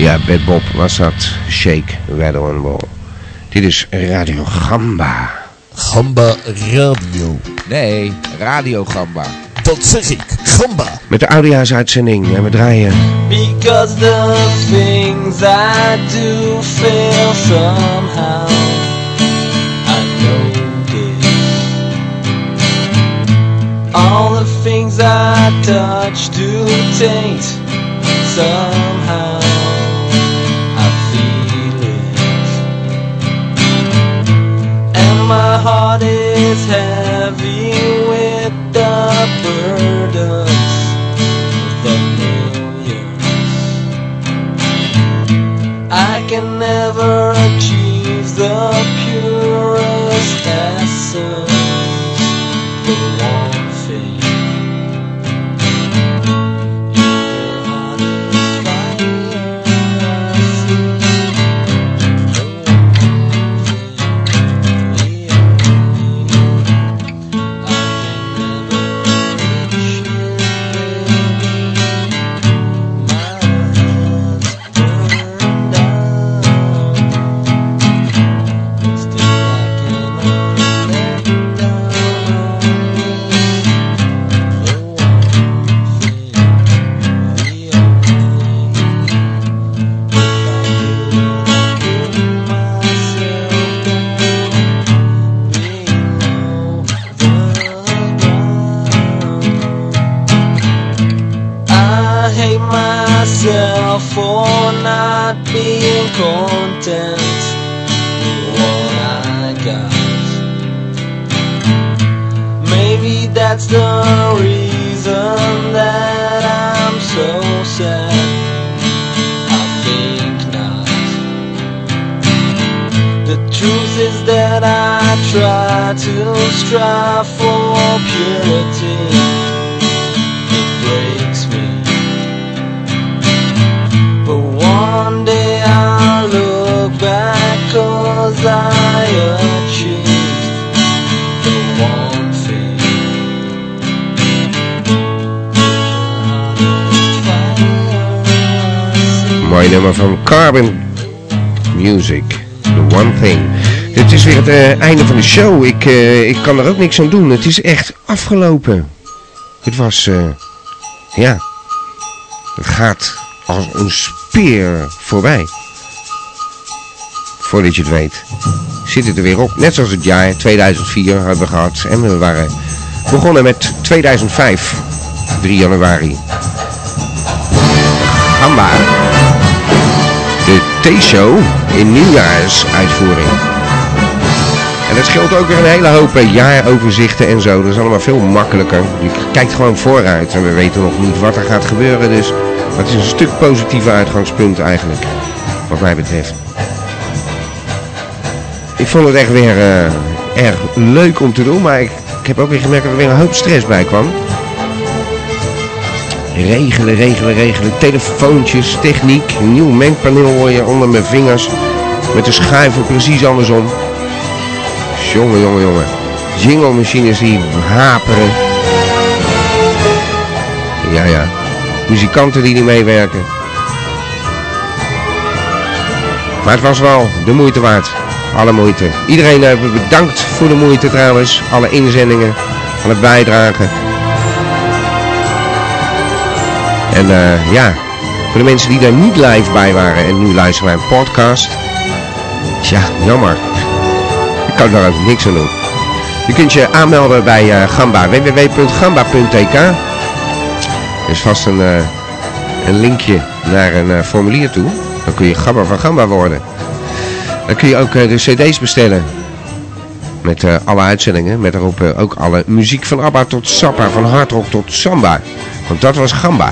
Speaker 1: Ja, Bad Bob was dat. Shake, Rattle and Roll. Dit is Radio Gamba.
Speaker 9: Gamba Radio.
Speaker 1: Nee, Radio Gamba.
Speaker 9: Dat zeg ik, Gamba.
Speaker 1: Met de oudejaarshuitzending en we draaien.
Speaker 6: Because the things I do feel somehow I know this. All the things I touch do taint somehow I feel it. And my heart is heavy with the burdens of the millions. I can never achieve the purest essence, the one thing. Your heart is fire, I see. The one thing, the only I can never reach it, baby. My hands burned out. Still I cannot let down on this. The one thing, the only. If I couldn't put myself down below the ground, I hate myself for not being content with what I got. Maybe that's the reason that I'm so sad. I think not. The truth is that I try to strive for purity. It breaks me. But one day I'll look back 'cause I achieved the one thing.
Speaker 1: Mooi nummer van Carbon Music. The One Thing. Het is weer het einde van de show. Ik kan er ook niks aan doen. Het is echt afgelopen. Het was... ja. Het gaat als een speer voorbij. Voordat je het weet. Zit het er weer op. Net zoals het jaar 2004 hebben we gehad. En we waren begonnen met 2005. 3 januari. Gamba. De T-show in nieuwjaarsuitvoering. En dat scheelt ook weer een hele hoop jaaroverzichten en zo. Dat is allemaal veel makkelijker. Je kijkt gewoon vooruit en we weten nog niet wat er gaat gebeuren. Dus het is een stuk positiever uitgangspunt eigenlijk. Wat mij betreft. Ik vond het echt weer erg leuk om te doen. Maar ik heb ook weer gemerkt dat er weer een hoop stress bij kwam. Regelen. Telefoontjes, techniek. Een nieuw mengpaneel hoor je onder mijn vingers. Met de schuiven precies andersom. Jongen. Jingle machines die haperen. Ja. Muzikanten die niet meewerken. Maar het was wel de moeite waard. Alle moeite. Iedereen bedankt voor de moeite trouwens. Alle inzendingen. Alle bijdragen. En ja, voor de mensen die daar niet live bij waren en nu luisteren naar een podcast. Tja, jammer. Ik kan daar ook niks aan doen. Je kunt je aanmelden bij Gamba. www.gamba.tk. Er is vast een linkje naar een formulier toe. Dan kun je Gabber van Gamba worden. Dan kun je ook de cd's bestellen. Met alle uitzendingen. Met daarop ook alle muziek van ABBA tot Sappa. Van hardrock tot samba. Want dat was Gamba.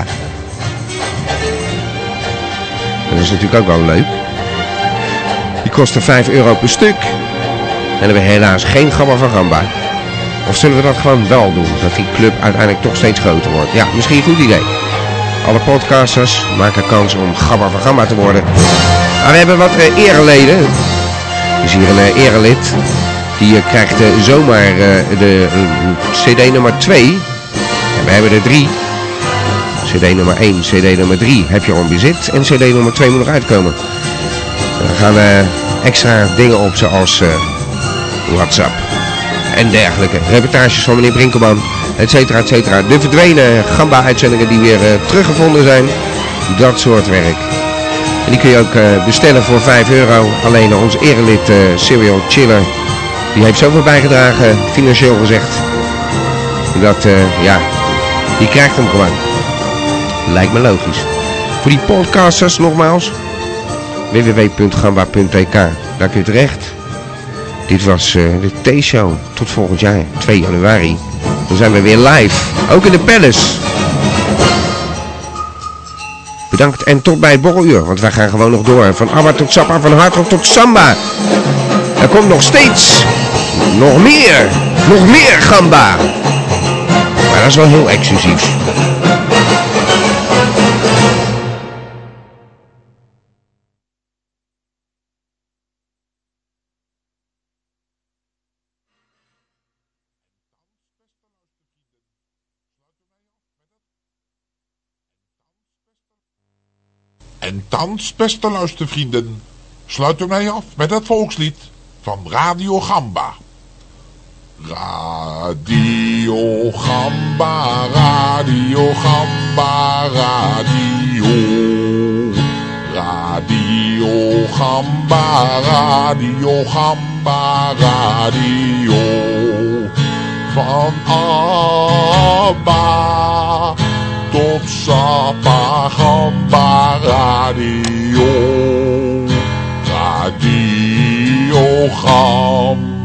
Speaker 1: Dat is natuurlijk ook wel leuk. Die kostte €5 per stuk. En dan hebben we helaas geen Gabba van Gamba. Of zullen we dat gewoon wel doen? Dat die club uiteindelijk toch steeds groter wordt. Ja, misschien een goed idee. Alle podcasters maken kans om Gabba van Gamba te worden. Maar we hebben wat ereleden. Er is hier een erelid. Die krijgt zomaar de CD nummer 2. En we hebben er 3. CD nummer 1, CD nummer 3 heb je al in bezit. En CD nummer 2 moet nog uitkomen. Er gaan extra dingen op zoals WhatsApp en dergelijke. Reportages van meneer Brinkelman, et cetera, et cetera. De verdwenen Gamba-uitzendingen die weer teruggevonden zijn. Dat soort werk. En die kun je ook bestellen voor €5. Alleen ons erelid Serial Chiller, die heeft zoveel bijgedragen, financieel gezegd. Dat, die krijgt hem gewoon. Lijkt me logisch. Voor die podcasters nogmaals, www.gamba.tk. Daar kun je terecht. Dit was de T-show. Tot volgend jaar, 2 januari. Dan zijn we weer live. Ook in de Palace. Bedankt en tot bij het borreluur. Want wij gaan gewoon nog door. Van ABBA tot Zappa, van hardrock tot samba. Er komt nog steeds nog meer Gamba. Maar dat is wel heel exclusief.
Speaker 5: En thans, beste luistervrienden, sluiten wij af met het volkslied van Radio Gamba. Radio Gamba, Radio Gamba, Radio. Radio Gamba, Radio Gamba, Radio. Van ABBA tot Zappa, Gamba, Radio. Radio Gamba.